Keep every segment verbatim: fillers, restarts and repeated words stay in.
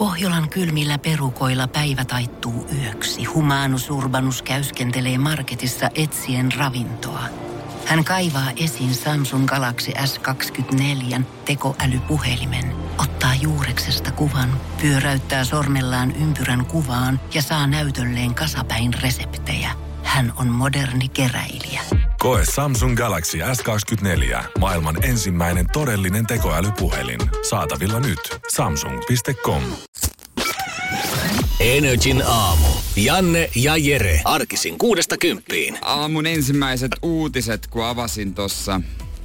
Pohjolan kylmillä perukoilla päivä taittuu yöksi. Humanus Urbanus käyskentelee marketissa etsien ravintoa. Hän kaivaa esiin Samsung Galaxy S kaksikymmentäneljä tekoälypuhelimen, ottaa juureksesta kuvan, pyöräyttää sormellaan ympyrän kuvaan ja saa näytölleen kasapäin reseptejä. Hän on moderni keräilijä. Koe Samsung Galaxy S kaksikymmentäneljä, maailman ensimmäinen todellinen tekoälypuhelin. Saatavilla nyt. samsung piste com. Energin aamu. Janne ja Jere. Arkisin kuudesta kymppiin. Aamun ensimmäiset uutiset, kun avasin tossa.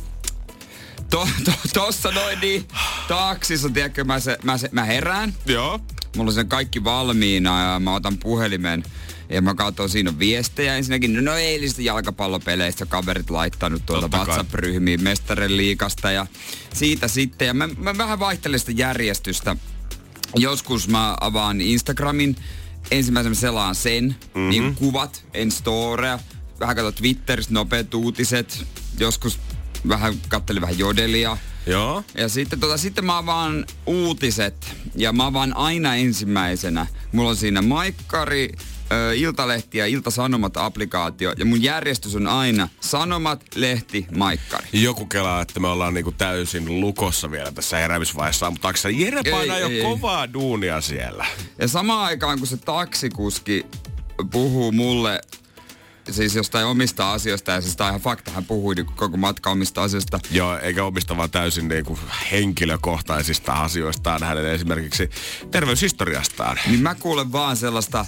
To, to, tossa noin niin taksissa, tiedätkö, mä, se, mä, se, mä herään. Joo. Mulla on sen kaikki valmiina ja mä otan puhelimen. Ja mä katson, siinä on viestejä ensinnäkin. No eilisistä jalkapallopeleistä kaverit laittanut tuolta WhatsApp-ryhmiin Mestarien liigasta ja siitä sitten. Ja mä, mä vähän vaihtelen sitä järjestystä. Joskus mä avaan Instagramin, ensimmäisenä selaan sen, mm-hmm. niin kuvat, en storeja. Vähän katson Twitteristä nopeat uutiset. Joskus vähän kattelin vähän jodelia. Joo. Ja sitten, tota, sitten mä avaan uutiset ja mä avaan aina ensimmäisenä. Mulla on siinä Maikkari, Ö, Iltalehti ja Ilta-Sanomat-applikaatio. Ja mun järjestys on aina Sanomat, Lehti, Maikkari. Joku kelaa, että me ollaan niinku täysin lukossa vielä tässä heräämisvaiheessa. Mutta taksissa Jere painaa jo ei. kovaa duunia siellä. Ja samaan aikaan, kun se taksikuski puhuu mulle siis jostain omista asioista, ja siis tää ihan fakta, hän puhui niin koko matka omista asioista. Joo, eikä omista vaan täysin niin kuin henkilökohtaisista asioistaan, hänen esimerkiksi terveyshistoriastaan. Niin mä kuulen vaan sellaista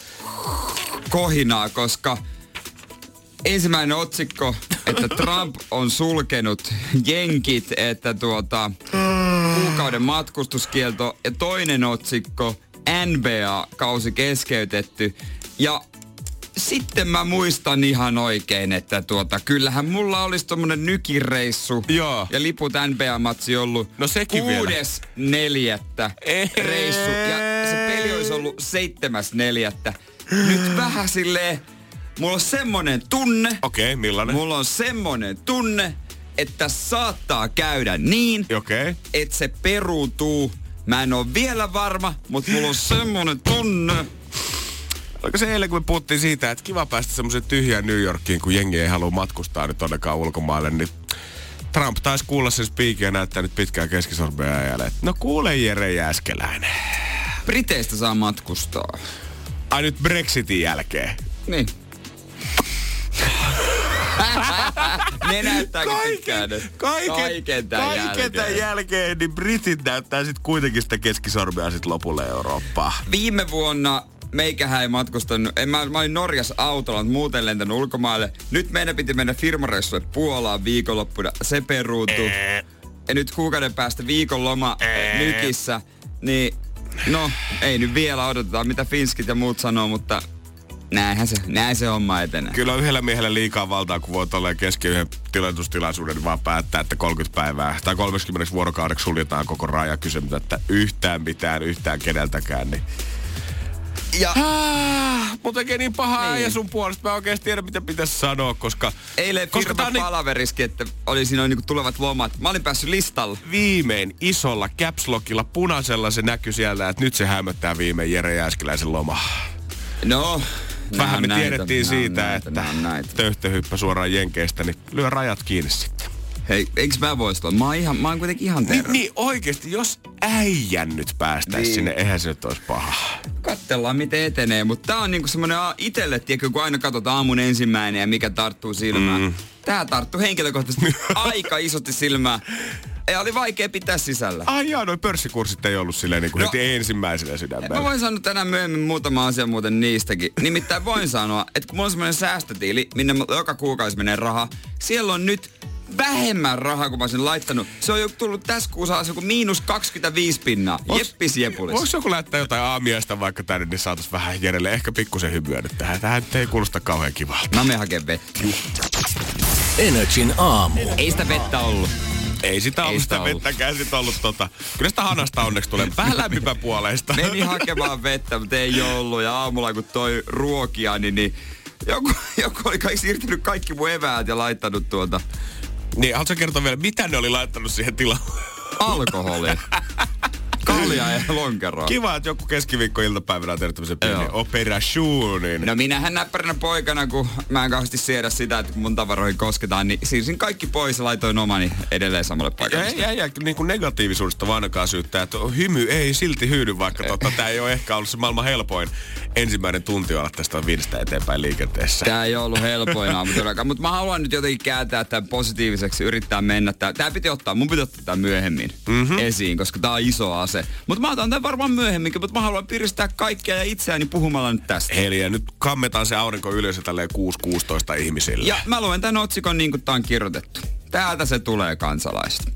kohinaa, koska ensimmäinen otsikko, että Trump on sulkenut jenkit, että tuota kuukauden matkustuskielto, ja toinen otsikko, N B A-kausi keskeytetty, ja sitten mä muistan ihan oikein, että tuota, kyllähän mulla olisi tommonen nykireissu. Joo. Ja liput N B A-matsi ollut no sekin kuudes neljättä reissu. Ja se peli olisi ollut seitsemäs neljättä. Nyt vähän silleen, mulla on semmonen tunne. Okei, okay, millainen? Mulla on semmonen tunne, että saattaa käydä niin, okay. että se peruutuu. Mä en oo vielä varma, mutta mulla on semmonen tunne. Oliko se eilen, kun me puhuttiin siitä, että kiva päästä semmoiseen tyhjään New Yorkiin, kun jengi ei halua matkustaa nyt onnekaan ulkomaille, niin Trump taisi kuulla sen spiikin ja näyttää nyt pitkään keskisormen ajalle. No kuule Jere Jääskeläinen. Briteistä saa matkustaa. Ai nyt Brexitin jälkeen? Niin. Ne näyttääkin pitkään. Kaiken, kaiken tämän kaiken jälkeen. tämän jälkeen, niin Britit näyttää sit kuitenkin sitä keskisormea sit lopulle Eurooppaa. Viime vuonna meikähän ei matkustanut. En, mä, mä olin Norjassa autolla, mutta muuten lentänyt ulkomaille. Nyt meidän piti mennä firmareissulle Puolaan viikonloppuna. Se peruutui. Ee. Ja nyt kuukauden päästä viikonloma ee. Nykissä. Niin, no, ei nyt vielä odotetaan, mitä finskit ja muut sanoo, mutta näinhän se, näin se homma etenee. Kyllä on yhdellä miehellä liikaa valtaa, kun voi tolleen kesken yhden tilaisuustilaisuuden vaan päättää, että kolmekymmentä päivää tai kolmekymmentä vuorokaudeksi suljetaan koko raja kysymättä, että yhtään mitään, yhtään keneltäkään, niin ja ah, mutta tekee niin pahaa niin. Ja sun puolesta mä oikeesti tiedä, mitä pitäisi sanoa, koska eilen firma niin palaveriski, että oli siinä niinku tulevat lomat. Mä olin päässyt listalle. Viimein isolla caps lockilla punaisella se näkyi siellä, että nyt se hämöttää viimein Jere Jääskeläisen loma. No, vähän me näitä, tiedettiin siitä, näitä, että töyhtöhyppä suoraan jenkeistä, niin lyö rajat kiinni sitten. Hei, eiks mä vois tulla? Mä oon, ihan, mä oon kuitenkin ihan terve. Niin, niin oikeesti, jos äijän nyt päästäis niin sinne, eihän se nyt ois paha. Katsellaan, miten etenee, mutta tää on niinku semmonen itelle, tiedätkö, kun aina katsotaan aamun ensimmäinen ja mikä tarttuu silmään. Mm. Tää tarttuu henkilökohtaisesti aika isosti silmään. Ja oli vaikea pitää sisällä. Ai jaa, noi pörssikurssit ei ollut silleen niin kuin no, heti ensimmäisenä sydämellä. Mä voin sanoa tänään myöhemmin muutama asia muuten niistäkin. Nimittäin voin sanoa, että kun mulla on semmoinen säästötiili, minne joka kuukausi menee raha, siellä on nyt vähemmän rahaa, kun mä olisin laittanut. Se on jo tullut tässä kuussa joku miinus kaksikymmentäviisi pinnaa. Jeppis jepulis. Voiko joku laittaa jotain aamiaista vaikka tänne, niin saatais vähän Jerelle ehkä pikkusen hymyä nyt tähän. Tähän ei kuulosta kauhean kivalta. Mä menen hakemaan vettä. Energin aamu. Ei sitä vettä ollut. Ei sitä ollut, sitä vettäkään sit ollut tota. Kyllä sitä hanasta onneksi tulee vähän lämpimäpuoleista. Meni hakemaan vettä, mutta ei ollut. Ja aamulla kun toi ruokia, niin, niin joku, joku oli kai siirtynyt kaikki mun eväät ja laittanut tuota. Niin, haluatko kertoa vielä, mitä ne oli laittanut siihen tilaan? Alkoholi. Kaljaa ja lonkeroa. Kiva, että joku keskiviikko-iltapäivänä on tehnyt tämmöisen pienen operatioonin. No minähän näppärinä poikana, kun mä en kauheasti siedä sitä, että mun tavaroihin kosketaan, niin siirsin kaikki pois ja laitoin omani edelleen samalle paikalle. Ja, ja, ja niin kuin negatiivisuudesta vaan ainakaan syyttää, että hymy ei silti hyydy, vaikka tota, tää ei ole ehkä ollut se maailman helpoin ensimmäinen tunti olla tästä viidestä eteenpäin liikenteessä. Tää ei ollut helpoin aamu todellakaan, mutta mä haluan nyt jotenkin kääntää tämän positiiviseksi, yrittää mennä. Tää, tää piti ottaa, mun piti ottaa tää myöhemmin mm-hmm. esiin, koska tää on iso ase. Mutta mä otan tän varmaan myöhemminkin, mutta mä haluan piristää kaikkia ja itseäni puhumalla nyt tästä. Heli, ja nyt kammetaan se aurinko ylös ja tälleen kuusi kuusitoista ihmisille. Ja mä luen tän otsikon niin kuin tää on kirjoitettu. Täältä se tulee, kansalaiset.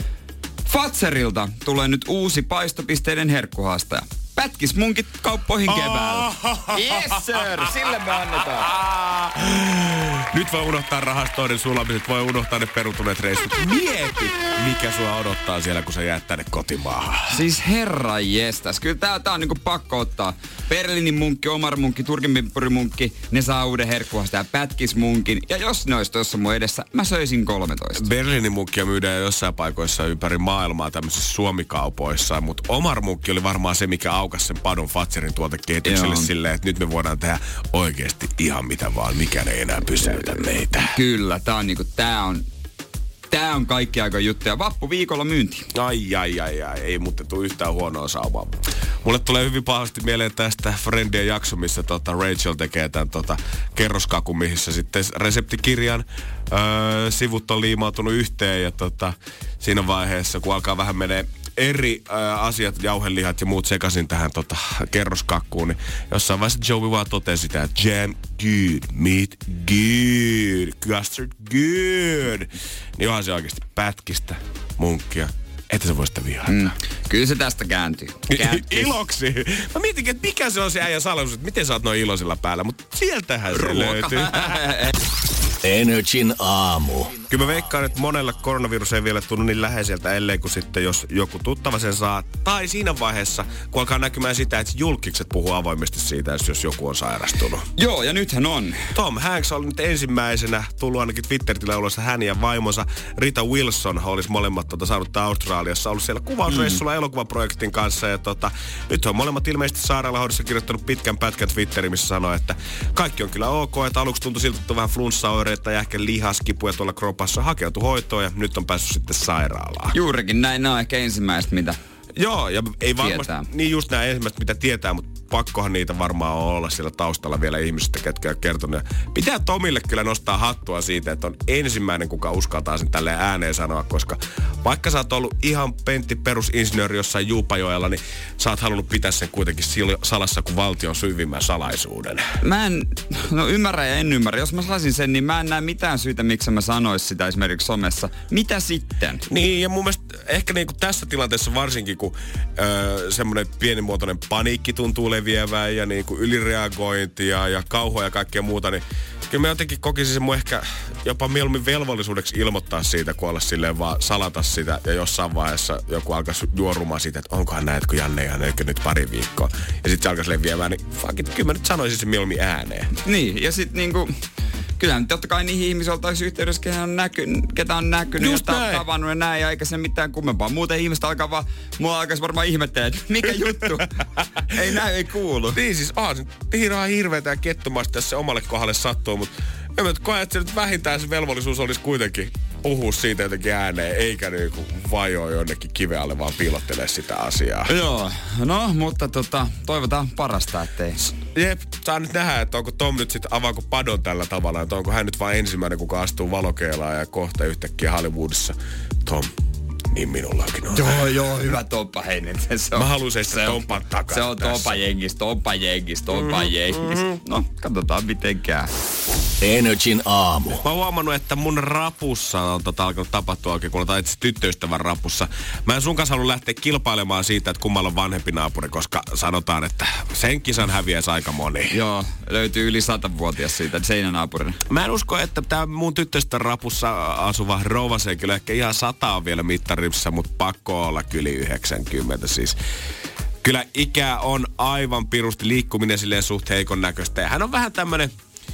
Fatserilta tulee nyt uusi paistopisteiden herkkuhaastaja. Pätkis munkit kauppoihin keväällä. Yes sir, sille me annetaan. Nyt voi unohtaa rahastoiden sulamiset, voi unohtaa ne perutuneet reissut. Mieti, mikä sua odottaa siellä, kun sä jäät tänne kotimaahan. Siis herra jestas, kyllä tää, tää on niinku pakko ottaa. Berliinin munkki, Omar munkki, Turkin pimpuri munkki, ne saa uuden herkkuhasta ja pätkis munkin. Ja jos ne olisi tuossa mun edessä, mä söisin kolmetoista. Berliinin munkkia myydään jossain paikoissa ympäri maailmaa tämmöisissä suomikaupoissa, mutta Omar munkki oli varmaan se, mikä aukas sen Padon Fatserin tuotekehitykselle silleen, että nyt me voidaan tehdä oikeasti ihan mitä vaan, mikään ei enää pysäytä meitä. Kyllä, tää on niinku, tää on, tää on kaikki aika juttuja. Vappu viikolla myynti. Ai, ai, ai, ai, ei muuten tule yhtään huonoa saumaa. Mulle tulee hyvin pahasti mieleen tästä Friendien jakso, missä tota Rachel tekee tämän tota kerroskakun, missä sitten reseptikirjan öö, sivut on liimautunut yhteen ja tota, siinä vaiheessa, kun alkaa vähän menee eri äh, asiat, jauhelihat ja muut sekaisin tähän tota, kerroskakkuun, niin jossain vaiheessa Joey vaan totesi sitä, että jam good, meat good, custard good. Niin onhan se oikeasti pätkistä, munkkia, että se voi sitä vihaa. Mm. Kyllä se tästä kääntyy. kääntyy. Iloksi. Mä mietinkin, että mikä se on se äijän salaisuus, että miten sä oot noin iloisilla päällä, mutta sieltähän se Ruoka. löytyy. Energin aamu. Kyllä mä veikkaan, että monella koronavirus ei vielä tunnu niin läheiseltä, ellei kun sitten jos joku tuttava sen saa. Tai siinä vaiheessa, kun alkaa näkymään sitä, että julkikset puhuu avoimesti siitä, jos joku on sairastunut. Joo, ja nythän on. Tom Hanks oli nyt ensimmäisenä tullut ainakin Twitter-tilä ulos, hän ja vaimonsa Rita Wilson olisi molemmat tota, saanut Australiassa, ollut siellä kuvausreissulla mm. elokuvaprojektin kanssa. Ja tota, nyt on molemmat ilmeisesti sairaalahoidossa kirjoittanut pitkän pätkän Twitteriin, missä sanoi, että kaikki on kyllä ok, että aluksi tuntui siltä, että vähän flunssaoireita ja ehkä lihaskipuja tuolla kropassa, hakeutui hoitoon ja nyt on päässyt sitten sairaalaan. Juurikin näin, nämä on ehkä ensimmäiset, mitä Joo, ja ei varmasti, tietää. niin just nämä ensimmäiset, mitä tietää, mutta pakkohan niitä varmaan olla siellä taustalla vielä ihmisistä, ketkä on kertonut. Pitää Tomille kyllä nostaa hattua siitä, että on ensimmäinen, kuka uskaltaa sen tälleen ääneen sanoa, koska vaikka sä oot ollut ihan pentti perusinsinööri jossain Juupajoella, niin sä oot halunnut pitää sen kuitenkin salassa kuin valtion syvimmän salaisuuden. Mä en, no ymmärrä ja en ymmärrä. Jos mä saisin sen, niin mä en näe mitään syytä, miksi mä sanois sitä esimerkiksi somessa. Mitä sitten? Niin, ja mun mielestä ehkä niinku tässä tilanteessa varsinkin, kun öö, semmoinen pienimuotoinen paniikki tuntuu leviävään ja niinku ylireagointia ja kauhoa ja kaikkea muuta, niin kyllä mä jotenkin kokisin sen mun ehkä jopa mieluummin velvollisuudeksi ilmoittaa siitä, kun olla silleen vaan salata sitä ja jossain vaiheessa joku alkaisi juorumaan siitä, että onkohan näet, kun Janne ja Janne nyt pari viikkoa. Ja sit se alkaisi leviämään, niin fuck it, kyllä mä nyt sanoisin sen mieluummin ääneen. Niin, ja sit niinku kyllähän totta kai niihin ihmisiin oltaisiin yhteydessä, ketä on, näky, ketä on näkynyt Just ja näin. tavannut ja näin, ja eikä se mitään kummempaa. Muuten ihmiset alkaa vaan, mua alkaisi varmaan ihmettelee, että mikä juttu, ei näy, ei kuulu. Niin siis, aah, se ihan hirveetä ja kettomasta, jos se omalle kohdalle sattuu, mutta koen, että se nyt vähintään se velvollisuus olisi kuitenkin puhua siitä jotenkin ääneen, eikä niinku vajoa jonnekin kiven alle, vaan piilottelee sitä asiaa. Joo, no, mutta tota, toivotaan parasta, ettei. Jep, saa nyt nähdä, että onko Tom nyt sitten avaako padon tällä tavalla, että onko hän nyt vain ensimmäinen, kuka astuu valokeilaan ja kohta yhtäkkiä Hollywoodissa. Tom, niin minullakin on. Joo, joo, hyvä Tompa, hei nyt. Se on, mä haluan seistä Tompan takaisin. Se on Tompa jengis, Tompa jengis, Tompa jengis. No, katsotaan miten käy. Energin aamu. Mä oon huomannut, että mun rapussa on tota alkanut tapahtua oikein, kun on itse tyttöystävän rapussa. Mä en sun kanssa halua lähteä kilpailemaan siitä, että kummalla on vanhempi naapuri, koska sanotaan, että sen kisan häviäisi aika moni. Joo, löytyy yli satavuotias siitä seinänaapurina. Mä en usko, että tää mun tyttöystävän rapussa asuva rouva, se kyllä ehkä ihan sata on vielä mittaripsissä, mutta pakko olla kyllä yhdeksänkymmentä siis. Kyllä ikä on aivan pirusti, liikkuminen silleen suht heikon näköistä ja hän on vähän tämmönen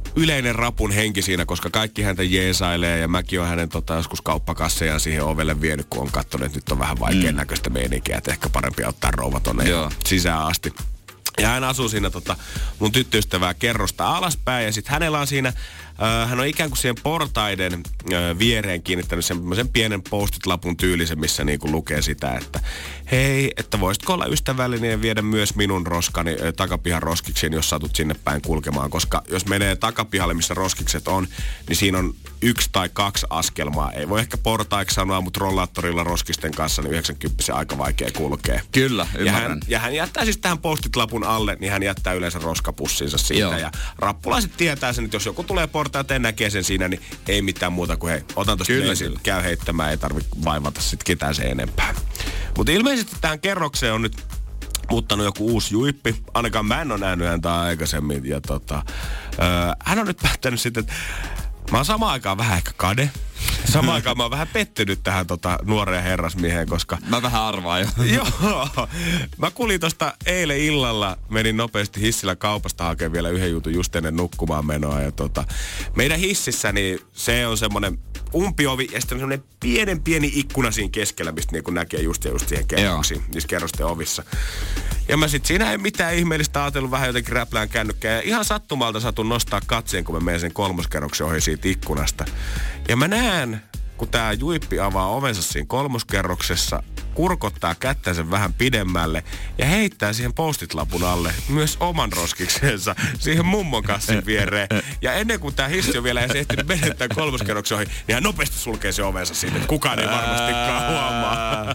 yleinen rapun henki siinä, koska kaikki häntä jeesailee ja mäkin on hänen tota, joskus kauppakassejaan siihen ovelle vienyt, kun on katsonut, että nyt on vähän vaikean mm. näköistä meininkiä, että ehkä parempi ottaa rouva tonne sisään asti. Ja hän asuu siinä tota, mun tyttöystävää kerrosta alaspäin ja sitten hänellä on siinä, äh, hän on ikään kuin siihen portaiden äh, viereen kiinnittänyt semmoisen pienen post-it-lapun tyylisen, missä niinku lukee sitä, että hei, että voisitko olla ystävällinen ja viedä myös minun roskani äh, takapihan roskikseen, jos satut sinne päin kulkemaan, koska jos menee takapihalle, missä roskikset on, niin siinä on yksi tai kaksi askelmaa. Ei voi ehkä portaiksi sanoa, mutta rollaattorilla roskisten kanssa niin yhdeksänkymmentä aika vaikea kulkea. Kyllä, ja hän, ja hän jättää siis tähän postit-lapun alle, niin hän jättää yleensä roskapussinsa siitä. Joo. Ja rappulaiset tietää sen, että jos joku tulee portaita ja näkee sen siinä, niin ei mitään muuta kuin hei, otan tosta ensin, käy heittämään, ei tarvitse vaivata sit ketään sen enempää. Mutta ilmeisesti tähän kerrokseen on nyt muuttanut joku uusi juippi. Ainakaan mä en ole nähnyt häntä aikaisemmin. Ja tota, öö, hän on nyt päättänyt sitten, että mä oon samaan aikaan vähän ehkä kade. Samaan aikaan mä oon vähän pettynyt tähän tota, nuoreen herrasmieheen, koska... Mä vähän arvaan jo. Joo. Mä kuulin tosta eilen illalla, menin nopeasti hissillä kaupasta hakemaan vielä yhden jutun just ennen nukkumaan menoa. Ja tota, meidän hississä niin se on semmonen umpiovi ja sitten on semmonen pienen pieni ikkuna siinä keskellä, mistä niin näkee just ja just siihen kerroksiin, niissä kerrosten ovissa. Ja mä sit siinä ei mitään ihmeellistä ajatellut, vähän jotenkin räplään kännykkää. Ja ihan sattumalta satun nostaa katseen, kun mä menen sen kolmoskerroksen ohi siitä ikkunasta. Ja mä näen, kun tää juippi avaa ovensa siinä kolmoskerroksessa, kurkottaa kättänsä vähän pidemmälle ja heittää siihen postit-lapun alle myös oman roskiksensa siihen mummon kassin viereen. Ja ennen kuin tää hissi on vielä edes ehtinyt mennä tämän kolmoskerroksen ohi, niin hän nopeasti sulkee se ovensa siitä, että kukaan ei varmastikaan huomaa.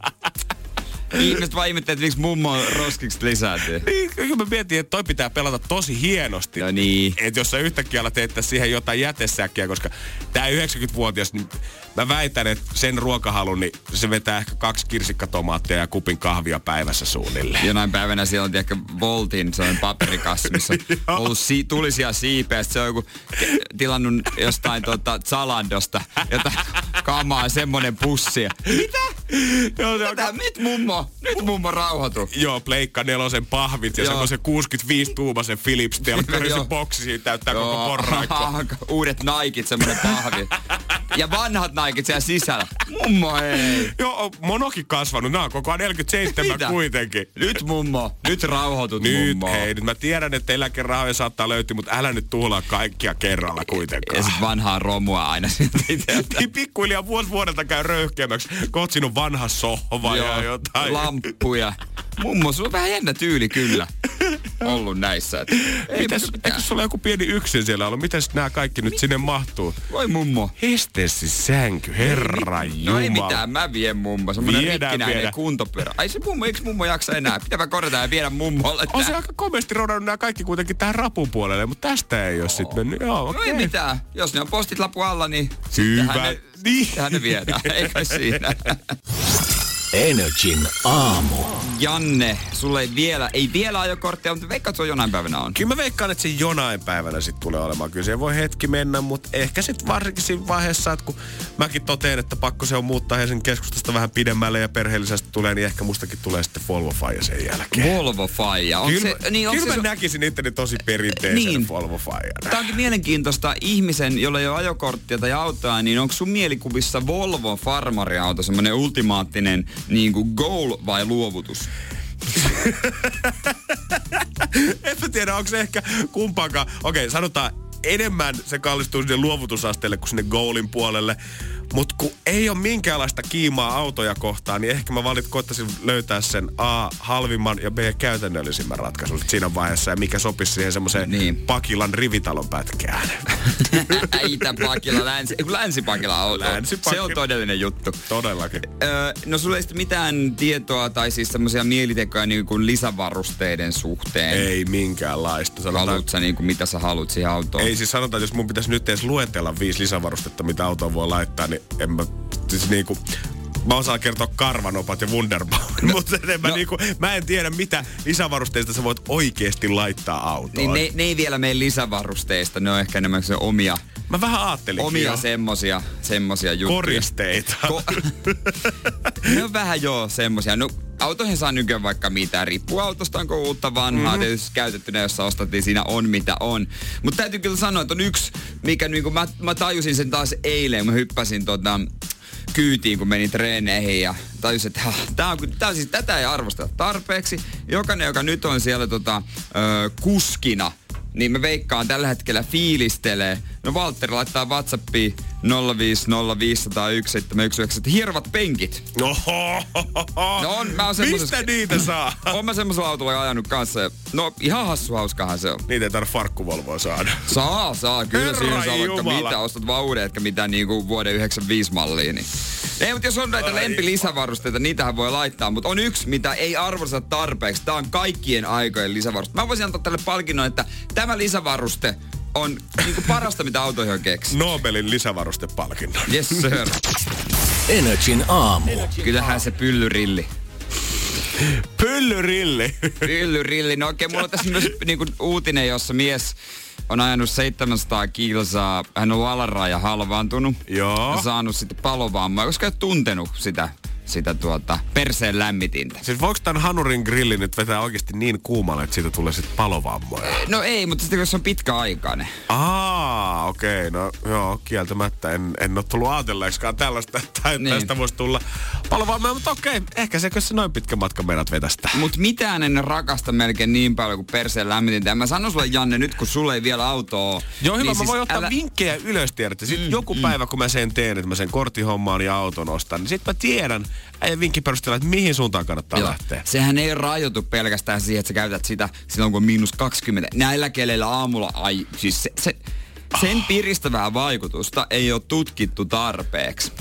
Ihmiset vaan ihmettelee, että miksi mummon roskikset lisääntyy. Niin, kyllä mä mietin, että toi pitää pelata tosi hienosti. No niin. Että jos sä yhtäkkiä alat teettää siihen jotain jätesäkkiä, koska tää yhdeksänkymmentävuotias, niin mä väitän, että sen ruokahalun, niin se vetää ehkä kaksi kirsikkatomaattia ja kupin kahvia päivässä suunnilleen. Jonain päivänä siellä on ehkä Voltin sellainen paperikassi, missä on ollut si- tulisia siipeä. Se on joku tilannut jostain tota Zalandosta jotain kamaa, semmonen pussi. Mitä? Joo, se on... Tätä, mit mummo? Nyt mummo rauhoitu. Joo, Pleikka nelosen pahvit ja semmoisen kuusikymmentäviisi tuumaisen Philips-telkkari, se boksi siitä täyttää Joo. koko porraikko. Uudet Nikit, semmoinen pahvi. Ja vanhat Nikit siellä sisällä. Mummo ei. Joo, monokin kasvanut. Nää on koko ajan neljäkymmentäseitsemän Mitä? Kuitenkin. Nyt mummo. Nyt rauhoitut nyt, mummo. Hei, nyt mä tiedän, että eläkerahoja saattaa löytyä, mutta älä nyt tuhlaa kaikkia kerralla kuitenkaan. Ja sit vanhaa romua aina sieltä itseltä. Niin pikkuhiljaa vuosi vuodelta käy röyhkeämmäksi. Koot sinun vanha sohva Joo, ja jotain. Lamppuja. Mummo, sulla on vähän jännä tyyli kyllä ollut näissä. Mitäs, eikö sulla joku pieni yksin siellä ollut? Mitäs nämä kaikki nyt sinne mahtuu? Voi mummo. Hesteessi sänky, herra jumala. No ei mitään, mä vien mummo. Semmoinen rikkinäinen kuntopyörä. Ai se mummo, eikö mummo jaksa enää? Pitääpä korjata ja viedä mummolle. On se aika komeasti rodannut nämä kaikki kuitenkin tähän rapun puolelle, mutta tästä ei ole sitten mennyt. Joo, okay. No ei mitään. Jos ne on postit lapu alla, niin hyvä. Ne, niin. ne viedään. Eikä siinä. Energin aamu. Janne, sulle ei vielä, ei vielä ajokorttia, mutta veikkaat, että se jonain päivänä on. Kyllä mä veikkaan, että se jonain päivänä sitten tulee olemaan. Kyllä se voi hetki mennä, mutta ehkä sitten varsinkin siinä vaiheessa, että kun mäkin toteen, että pakko se on muuttaa Helsingin keskustasta vähän pidemmälle ja perheellisesti tulee, niin ehkä mustakin tulee sitten Volvo-faija sen jälkeen. Volvo-faija. Kyllä, se, niin kyllä se mä su- näkisin itteni tosi perinteisen niin. Volvo-faijana. Tämä onkin mielenkiintoista. Ihmisen, jolla ei ole ajokorttia tai autoa, niin onko sun mielikuvissa Volvo farmariauto semmoinen ultimaattinen niin kuin goal vai luovutus? En mä tiedä, onko se ehkä kumpaakaan. Okei, sanotaan enemmän se kallistuu sinne luovutusasteelle kuin sinne goalin puolelle. Mutta kun ei ole minkäänlaista kiimaa autoja kohtaan, niin ehkä mä valit koittaisin löytää sen A, halvimman ja B, käytännöllisimmän ratkaisun siinä vaiheessa. Ja mikä sopisi siihen semmoiseen niin. Pakilan rivitalon pätkään. Itä-Pakila, länsi, Länsi-Pakila on. Länsi-Pakila. Se on todellinen juttu. Todellakin. Öö, no sulla ei sitten mitään tietoa tai siis semmoisia mielitekoja niin kuin lisävarusteiden suhteen? Ei minkäänlaista. Sanotaan, haluut sä niin kuin mitä sä haluat siihen autoon? Ei siis sanotaan, että jos mun pitäisi nyt edes luetella viisi lisävarustetta, mitä autoon voi laittaa, niin en mä siis niinku... Mä osaan kertoa karvanopat ja Wunderbaum, no, mutta en mä, no, niinku, mä en tiedä, mitä lisävarusteista sä voit oikeesti laittaa autoon. Niin ne, ne ei vielä mene lisävarusteista, ne on ehkä enemmän se omia... Mä vähän ajattelin. Omia semmosia, semmosia juttuja. Koristeita. Ko- ne on vähän joo semmosia. No autoihin saa nykyään vaikka mitä. Riippuu autosta, onko uutta vanhaa. Mm-hmm. Tietysti käytettynä, jossa ostattiin, siinä on mitä on. Mutta täytyy kyllä sanoa, että on yksi, mikä niinku, mä, mä tajusin sen taas eilen. Mä hyppäsin tota, kyytiin, kun menin treeneihin ja tajusin, että tää on, tää on siis, tätä ei arvosteta tarpeeksi. Jokainen, joka nyt on siellä tota, ö, kuskina, niin me veikkaan tällä hetkellä fiilistelee. No Valtteri laittaa WhatsAppiin nolla viisi nolla viisi nolla yksi seitsemän yksi yhdeksän, että hirvat penkit. Oho, no on, mä oon mistä niitä saa? Oon mä semmoisella autolla ajanut kanssa. Ja, no ihan hassu hauskahan se on. Niitä ei tarvitse farkkuvolvoa saada. Saa, saa. Kyllä Herra siinä saa vaikka Jumala. mitä. Ostat vaan uudet, etkä mitään niinku vuoden yhdeksänkymmentäviisi mallia. Niin. Ei, mutta jos on näitä lempilisävarusteita, niitähän voi laittaa. Mutta on yksi, mitä ei arvosta tarpeeksi. Tää on kaikkien aikojen lisävaruste. Mä voisin antaa tälle palkinnon, että tämä lisävaruste on niinku parasta, mitä autoihin on keksi. Nobelin lisävarustepalkinnon. Yes, sir. Energin aamu. Kyllähän se pyllyrilli. Pyllyrilli. Pyllyrilli. No okei, okay, mulla on tässä myös niinku uutinen, jossa mies on ajanut seitsemänsataa kilsaa. Hän on alaraja halvaantunut. Joo. Ja saanut sitten palovammaa, koska ei ole tuntenut sitä, sitä tuota, perseen lämmitintä. Siis voiko tämän hanurin grillin nyt vetää oikeasti niin kuumalle, että siitä tulee sitten palovammoja? No ei, mutta sitten jos on pitkäaikainen. Aa, okei. Okay. No joo, kieltämättä. En, en ole tullut ajatelleeksikaan tällaista, että niin. Tästä voisi tulla palovammoja, mutta okei. Okay. Ehkä se, se noin pitkä matka meidät vetästä. Mut mitään en rakasta melkein niin paljon kuin perseen lämmitintä. Ja mä sanon sulle, Janne, nyt kun sulle ei vielä autoa ole. Joo, hyvä. Niin mä siis voin ottaa älä... vinkkejä ylös, tiedätte. Sitten mm, joku mm. päivä, kun mä sen teen, että mä sen korttihommaan ja auton ostan, niin sit mä tiedän, äijän vinkki perusteella, että mihin suuntaan kannattaa Joo. lähteä. Sehän ei rajoitu pelkästään siihen, että sä käytät sitä silloin, kun on miinus kaksikymmentä. Näillä keleillä aamulla, ai, siis se, se, sen piristävää vaikutusta ei ole tutkittu tarpeeksi.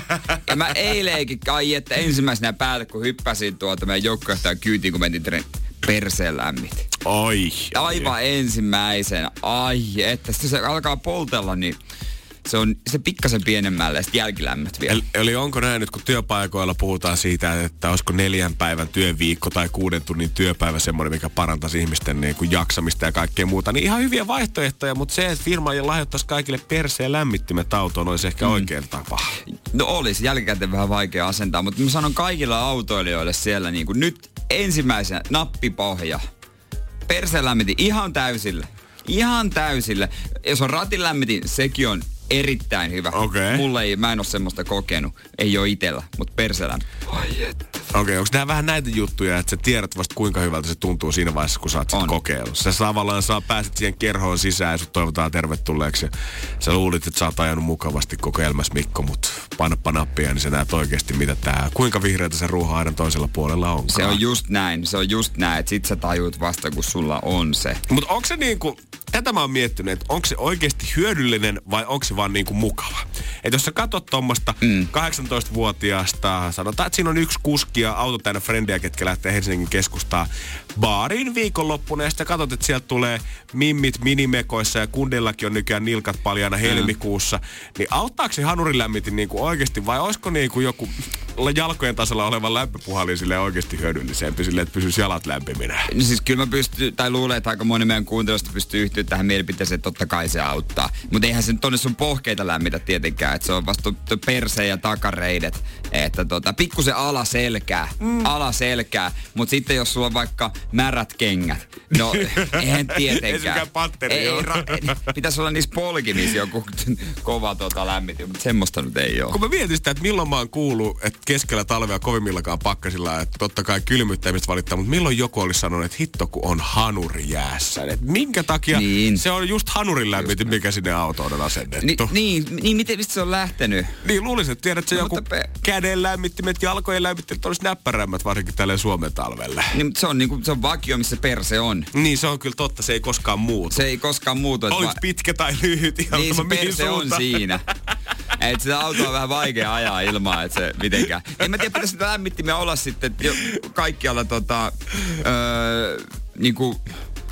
Ja mä eilenkin kai, että ensimmäisenä päätä, kun hyppäsin tuolta meidän joukkojohtajan kyytiin, kun mentiin treen, perseen lämmit. Oi. Aivan ensimmäisenä. Ai, että sitten se alkaa poltella, niin se on se pikkasen pienemmälle ja sitten jälkilämmöt vielä. Eli, eli onko näin nyt, kun työpaikoilla puhutaan siitä, että olisiko neljän päivän työviikko tai kuuden tunnin työpäivä semmoinen, mikä parantaisi ihmisten niin kuin jaksamista ja kaikkea muuta, niin ihan hyviä vaihtoehtoja, mutta se, että firma lahjoittaisi kaikille perseen lämmittimet autoon, olisi ehkä mm. oikein tapa. No olisi, jälkikäteen vähän vaikea asentaa, mutta mä sanon kaikille autoilijoille siellä niin kuin nyt ensimmäisenä nappipohja. Perseen lämmitin ihan täysille. Ihan täysille. Jos on ratin lämmitin, sekin on erittäin hyvä. Okay. Mulle ei, mä en ole semmoista kokenut. Ei ole itellä, mutta perselän. Ai että. Okei, okay, onko nämä vähän näitä juttuja, että sä tiedät vasta kuinka hyvältä se tuntuu siinä vaiheessa, kun sä oot sit kokeillut? Sä tavallaan saa, pääset siihen kerhoon sisään ja sut toivotaan tervetulleeksi. Ja sä luulit, että sä oot ajanut mukavasti koko elämässä, Mikko, mutta painappa nappia, niin sä näet oikeasti, mitä tää, kuinka vihreätä se ruuha aidan toisella puolella onkaan. Se on just näin, se on just näin, että sit sä tajuut vasta, kun sulla on se. Mutta onko se niinku, tätä mä oon miettinyt, että onko se oikeasti hyödyllinen vai onko se vaan niinku mukava? Että jos sä katot tommoista mm. kahdeksantoistavuotiaasta, sanotaan, että siinä on yksi kuski ja auto täynnä frendejä, ketkä lähtee Helsingin keskustaan baariin viikonloppuna ja sitten katsot, että sieltä tulee mimmit minimekoissa ja kundillakin on nykyään nilkat paljana helmikuussa, mm. niin auttaako se hanurilämmitin niinku oikeasti vai olisiko niinku joku jalkojen tasolla oleva lämpöpuhalin silleen oikeasti hyödyllisempi silleen, että pysyisi jalat lämpiminä? No siis kyllä mä pystyn, tai luulen, että aika moni meidän kuuntelijoista pystyy yhtyä tähän mielipiteeseen, että totta kai se auttaa. Mutta eihän se nyt tonne sun pohkeita lämmitä tietenkään, että se on vasta perseen ja takareidet, että tota, pikkusen alaselkää, mm. alaselkää, mutta sitten jos sulla on vaikka märät kengät, no eihän tietenkään. Ei patteri, ei, ra- pitäisi olla niissä polkimissa joku kova tota lämmitys, mutta semmoista nyt ei ole. Kun mä mietin sitä, että milloin mä oon kuullut, että keskellä talvea kovimmillakaan pakkasilla, että totta kai kylmyyttämistä valittaa, mutta milloin joku olisi sanonut, että hitto kun on hanuri jäässä. Et minkä takia niin. Se on just hanurin lämmitin, mikä sinne autoon on asennettu. Ni, niin, niin miten, mistä se on lähtenyt? Niin luulisin, että tiedät, että se no, joku pe- käden lämmittimet, jalkojen lämmittimet olisi näppärämmät varsinkin tälleen Suomen talvelle. Niin, se on niinku, se on vakio, missä perse on. Niin, se on kyllä totta, se ei koskaan muutu. Se ei koskaan muutu. Olis va- pitkä tai lyhyt, ihan niin, se perse on siinä. Että sitä autoa on vähän vaikea ajaa ilman, että se mitenkään. En mä tiedä, pitäisi sitä lämmittimia olla sitten, että kaikkialla tota, öö, niinku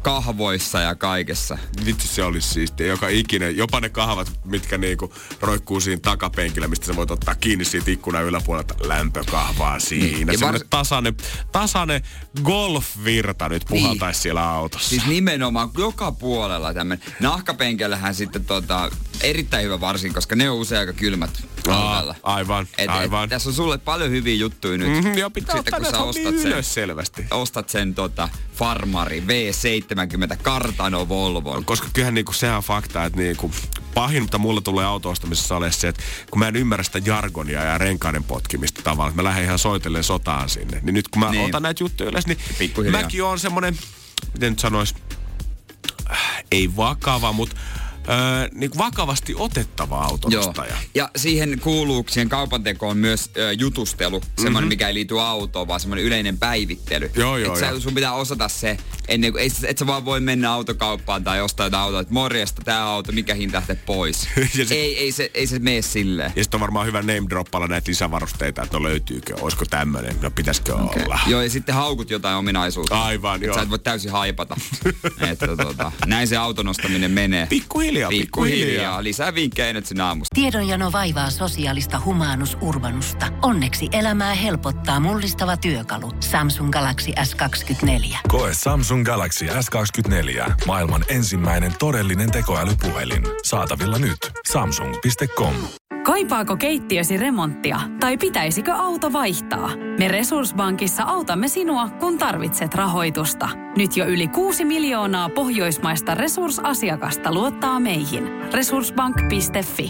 kahvoissa ja kaikessa. Vitsi se olisi siistiä. Joka ikinen, jopa ne kahvat, mitkä niinku roikkuu siinä takapenkillä, mistä sä voit ottaa kiinni siitä ikkunan yläpuolelta lämpökahvaa siinä. Niin, Semmoinen var... tasainen, tasainen golfvirta nyt puhaltaisi niin. siellä autossa. Siis nimenomaan joka puolella tämmöinen. Nahkapenkellähän sitten tota, erittäin hyvä varsin, koska ne on usein aika kylmät talvella. Aivan, et, aivan. Et, tässä on sulle paljon hyviä juttuja nyt. Mm-hmm, joo, pitää sitten, ottaa kun sä ostat sen, ylös selvästi. Ostat sen tota, Farmari V seitsemänkymmentä Kartano Volvon. Koska kyllähän niinku sehän on fakta, että niinku pahin, mitä mulle tulee auto-ostamisessa ole se, että kun mä en ymmärrä sitä jargonia ja renkaiden potkimista tavallaan, että mä lähden ihan soitellen sotaan sinne. Niin nyt kun mä niin. otan näitä juttuja ylös, niin mäkin oon semmonen, miten nyt sanois, äh, ei vakava, mutta Öö, niin vakavasti otettava autonostaja. Ja siihen kuuluu siihen kaupantekoon myös ö, jutustelu, mm-hmm. semmoinen mikä ei liity autoon, vaan semmoinen yleinen päivittely. Joo, joo, et sä, sun pitää osata se, ennen kuin, et, et sä vaan voi mennä autokauppaan tai ostaa jotain autoa, että morjesta, tää auto, mikä hinta lähtee pois. sit, ei, ei, se, ei se mene silleen. Ja sit on varmaan hyvä name droppalla näitä lisävarusteita, että no löytyykö, olisiko tämmönen, no pitäisikö okay. olla. Joo, ja sitten haukut jotain ominaisuutta. Aivan, joo. Sä et voi täysin haipata. että tota, näin se autonostaminen menee. Pikkuhiljaa. Pikkuhiljaa. Pikkuhiljaa. Lisää vinkkejä nyt sinä aamusta. Tiedonjano vaivaa sosiaalista humanus urbanusta. Onneksi elämää helpottaa mullistava työkalu. Samsung Galaxy S kaksikymmentäneljä. Koe Samsung Galaxy S kaksikymmentäneljä. Maailman ensimmäinen todellinen tekoälypuhelin. Saatavilla nyt. samsung piste com. Kaipaako keittiösi remonttia tai pitäisikö auto vaihtaa? Me Resurssbankissa autamme sinua, kun tarvitset rahoitusta. Nyt jo yli kuusi miljoonaa pohjoismaista resursasiakasta luottaa meihin. resurssbank piste fi.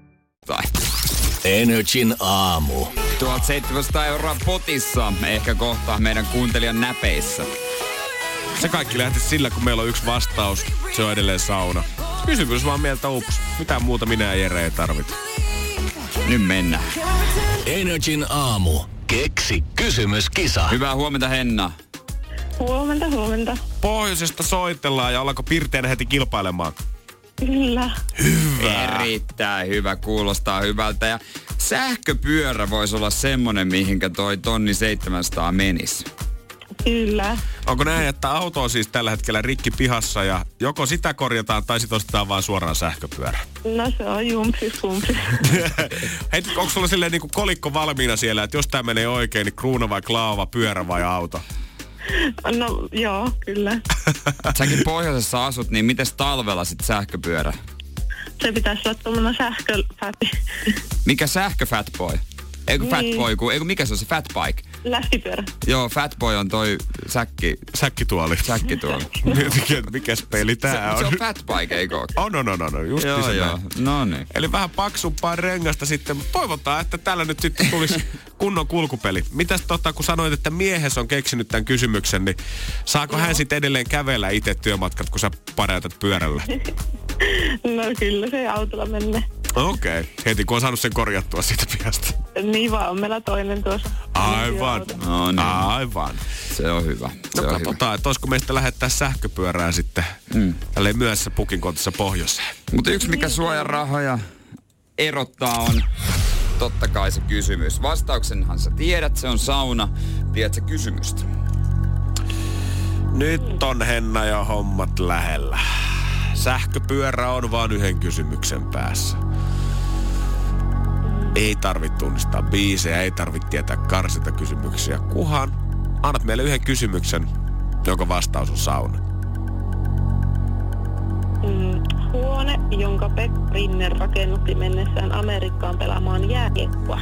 Energin aamu. tuhatseitsemänsataa euroa potissa, ehkä kohta meidän kuuntelijan näpeissä. Se kaikki lähti sillä, kun meillä on yksi vastaus. Se on edelleen sauna. Kysymys vaan mieltä ups. Mitään muuta minä ja Jere ei tarvita. Nyt mennään. Energin aamu. Keksi kysymyskisa. Hyvää huomenta, Henna. Huomenta, huomenta. Pohjoisesta soitellaan ja ollaanko pirteänä heti kilpailemaan? Kyllä. Hyvä. Erittäin hyvä, kuulostaa hyvältä. Ja sähköpyörä voisi olla semmonen, mihinkä toi tonni seitsemänsataa menisi. Kyllä. Onko näin, että auto on siis tällä hetkellä rikki pihassa ja joko sitä korjataan tai sitten ostetaan vaan suoraan sähköpyörä? No se on jumpsis kumpsis. Hei, onko sulla silleen niin kuin kolikko valmiina siellä, että jos tää menee oikein, niin kruuna vai klaava, pyörä vai auto? No joo, kyllä. Säkin pohjoisessa asut, niin mites talvella sit sähköpyörä? Se pitäisi olla tuommoinen sähköfäti. Mikä sähkö Fatboy? Eikö niin. Fatboy, ku, eikö mikä se on se Fatbike? Läskipyörä. Joo, Fatboy on toi säkki... Säkkituoli. Säkkituoli. Mikäs peli tää se, on? Se on Fatbike, eikö ole? On, on, on, on. Just joo, se joo. No niin. Eli vähän paksumpaa rengasta sitten. Toivotaan, että tällä nyt sitten tulisi kunnon kulkupeli. Mitäs tota, kun sanoit, että miehes on keksinyt tämän kysymyksen, niin saako joo. hän sitten edelleen kävellä itse työmatkat, kun sä paräytät pyörällä? No kyllä se autolla menee. Okei. Okay. Heti kun on saanut sen korjattua siitä pihasta. Niin vaan, on meillä toinen tuossa. Aivan. No niin. Aivan. Se on hyvä. Se no on katsotaan, hyvä. Että olisiko meistä lähettää sähköpyörää sitten mm. tälleen myöhässä pukin kontissa pohjoiseen. Mutta yksi mikä suojarahoja erottaa on totta kai se kysymys. Vastauksenhan sä tiedät, se on sauna. Tiedät sä kysymystä? Nyt on Henna ja hommat lähellä. Sähköpyörä on vaan yhden kysymyksen päässä. Ei tarvitse tunnistaa biisejä, ei tarvitse tietää karsinta kysymyksiä, kunhan annat meille yhden kysymyksen, jonka vastaus on sauna. Mm, huone, jonka Pekka Rinne rakennutti mennessään Amerikkaan pelaamaan jääkiekkoa.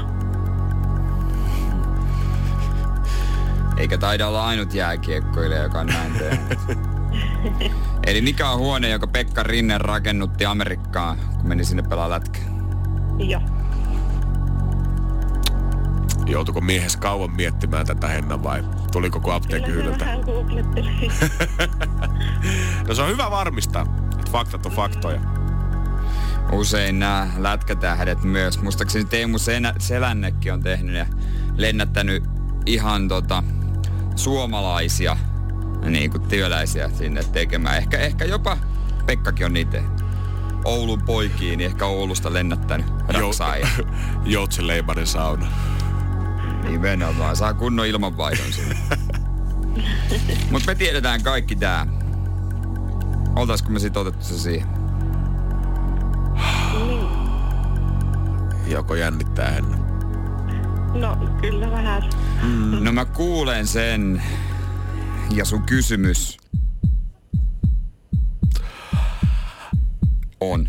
Eikä taida olla ainut jääkiekkoilija, joka on näin tehnyt. Eli mikä on huone, jonka Pekka Rinne rakennutti Amerikkaan, kun meni sinne pelaa lätkää? Joo. Joutuiko miehes kauan miettimään tätä Henna vai tuli koko apteekin hyllyltä? Kyllä vähän googletteli. No se on hyvä varmistaa, että faktat on faktoja. Usein nämä lätkätähdet myös. Muistaakseni Teemu Selännekin on tehnyt ja lennättänyt ihan tota, suomalaisia niin kuin työläisiä sinne tekemään. Ehkä, ehkä jopa Pekkakin on niitä Oulun poikiin, niin ehkä Oulusta lennättänyt raksaajia. Joutsen Leimarin sauna. Nimenomaan, saa kunnon ilmanvaihdon sinne. Mutta me tiedetään kaikki tää. Oltaisko me sit otettu se siihen? Niin. Joko jännittää Henna? No, kyllä vähän. Mm. No mä kuulen sen. Ja sun kysymys on.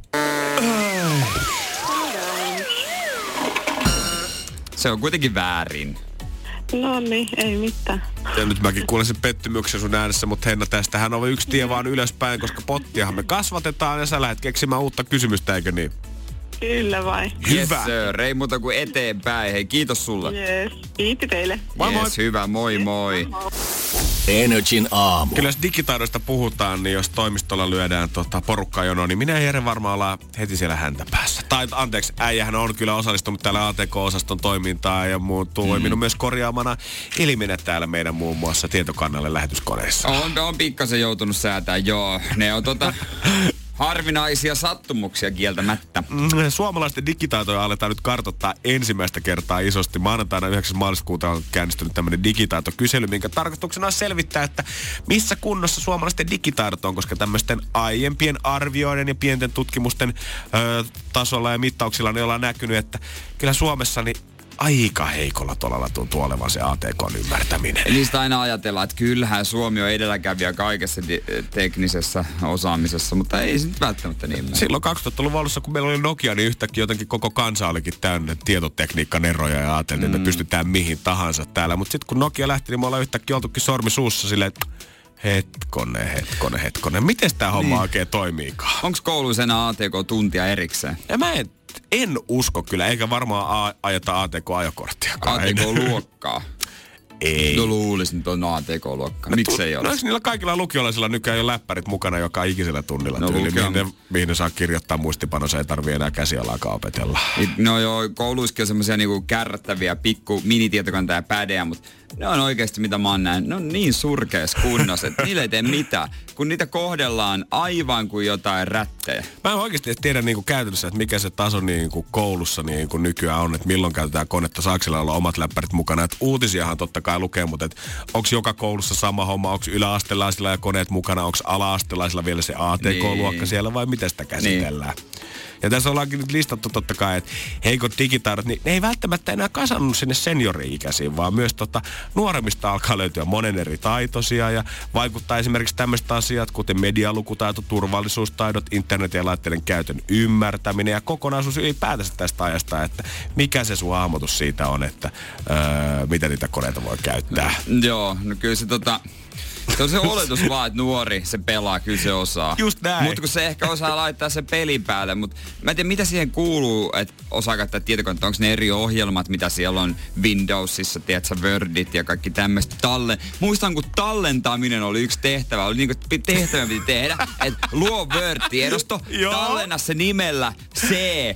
Se on kuitenkin väärin. No niin, ei mitään. Ja nyt mäkin kuulen sen pettymyksen sun äänessä, mutta Henna, tästähän on yksi tie vaan ylöspäin, koska pottiahan me kasvatetaan ja sä lähdet keksimään uutta kysymystä, eikö niin? Kyllä vai. Hyvä. Yes sir, ei muuta kuin eteenpäin. Hei, kiitos sulle. Yes, kiitti teille. Moi moi. Yes, hyvä, moi moi. Energin aamu. Kyllä jos digitaidoista puhutaan, niin jos toimistolla lyödään tota porukkaa jonoon, niin minä ja Jere varmaan ollaan heti siellä häntä päässä. Tai anteeksi, äijähän on kyllä osallistunut täällä A T K-osaston toimintaan ja muut toiminut mm. myös korjaamana ilminä täällä meidän muun muassa tietokannalle lähetyskoneissa. On, on pikkasen joutunut säätää, joo. Ne on tota... harvinaisia sattumuksia kieltämättä. Suomalaisten digitaitoja aletaan nyt kartoittaa ensimmäistä kertaa isosti. Maanantaina yhdeksäs maaliskuuta on käynnistynyt tämmöinen digitaitokysely, minkä tarkoituksena on selvittää, että missä kunnossa suomalaisten digitaidot on, koska tämmöisten aiempien arvioiden ja pienten tutkimusten ö, tasolla ja mittauksilla niin ollaan näkynyt, että kyllä Suomessa niin aika heikolla tolalla tuntuu olevan se A T K:n ymmärtäminen. Niistä aina ajatellaan, että kyllähän Suomi on edelläkävijä kaikessa di- teknisessä osaamisessa, mutta ei se nyt välttämättä niin mene. Silloin kaksituhattaluvun alussa, kun meillä oli Nokia, niin yhtäkkiä jotenkin koko kansa olikin täynnä tietotekniikkaneroja ja ajateltiin, mm. että me pystytään mihin tahansa täällä. Mutta sitten kun Nokia lähti, niin me ollaan yhtäkkiä oltukin sormi suussa silleen, että hetkone, hetkone, hetkone. Miten tämä homma niin oikein toimiikaan? Onko kouluissa enää A T K-tuntia erikseen? Ja mä en, en usko kyllä, eikä varmaan a- ajeta A T K-ajokorttia. A T K-luokkaa? Ei. No luulisin, että on A T K-luokkaa. No, Miksi ei ole? No eikö niillä kaikilla lukiolaisilla nykyään jo läppärit mukana joka ikisellä tunnilla? No, tyyli, mihin, ne, mihin ne saa kirjoittaa muistipanossa, ei tarvii enää käsialaakaan opetella. No joo, kouluissakin on semmosia niinku kärrättäviä pikku minitietokantaa ja pädejä, mutta ne on oikeasti mitä mä oon nähnyt. Ne on niin surkeassa kunnossa, että niille ei tee mitään, kun niitä kohdellaan aivan kuin jotain rättejä. Mä en oikeasti edes tiedä niinku käytännössä, että mikä se taso niinku koulussa niinku nykyään on, että milloin käytetään konetta, saako siellä olla omat läppärit mukana. Et uutisiahan totta kai lukee, mutta onko joka koulussa sama homma, onko yläastelaisilla ja koneet mukana, onko ala-astelaisilla vielä se A T K-luokka niin siellä vai miten sitä käsitellään. Niin. Ja tässä ollaankin nyt listattu totta kai, että heikot digitaidot, niin ne ei välttämättä enää kasannut sinne seniori-ikäisiin, vaan myös tota, nuoremmista alkaa löytyä monen eri taitoisia ja vaikuttaa esimerkiksi tämmöiset asiat, kuten medialukutaito, turvallisuustaidot, internetin ja laitteiden käytön ymmärtäminen ja kokonaisuus ylipäätänsä tästä ajasta, että mikä se sun hahmotus siitä on, että öö, miten niitä koneita voi käyttää. No, joo, no kyllä se tota... Se on se oletus vaan, että nuori se pelaa, kyllä se osaa. Just näin. Mutta kun se ehkä osaa laittaa sen pelin päälle, mutta mä en tiedä mitä siihen kuuluu, että osaa käyttää tietokonetta, onko ne eri ohjelmat, mitä siellä on Windowsissa, tiedätkö, Wordit ja kaikki tämmöistä talle. Muistan, kun tallentaminen oli yksi tehtävä, oli niinku tehtävä piti tehdä, että luo Word-tiedosto, tallenna se nimellä C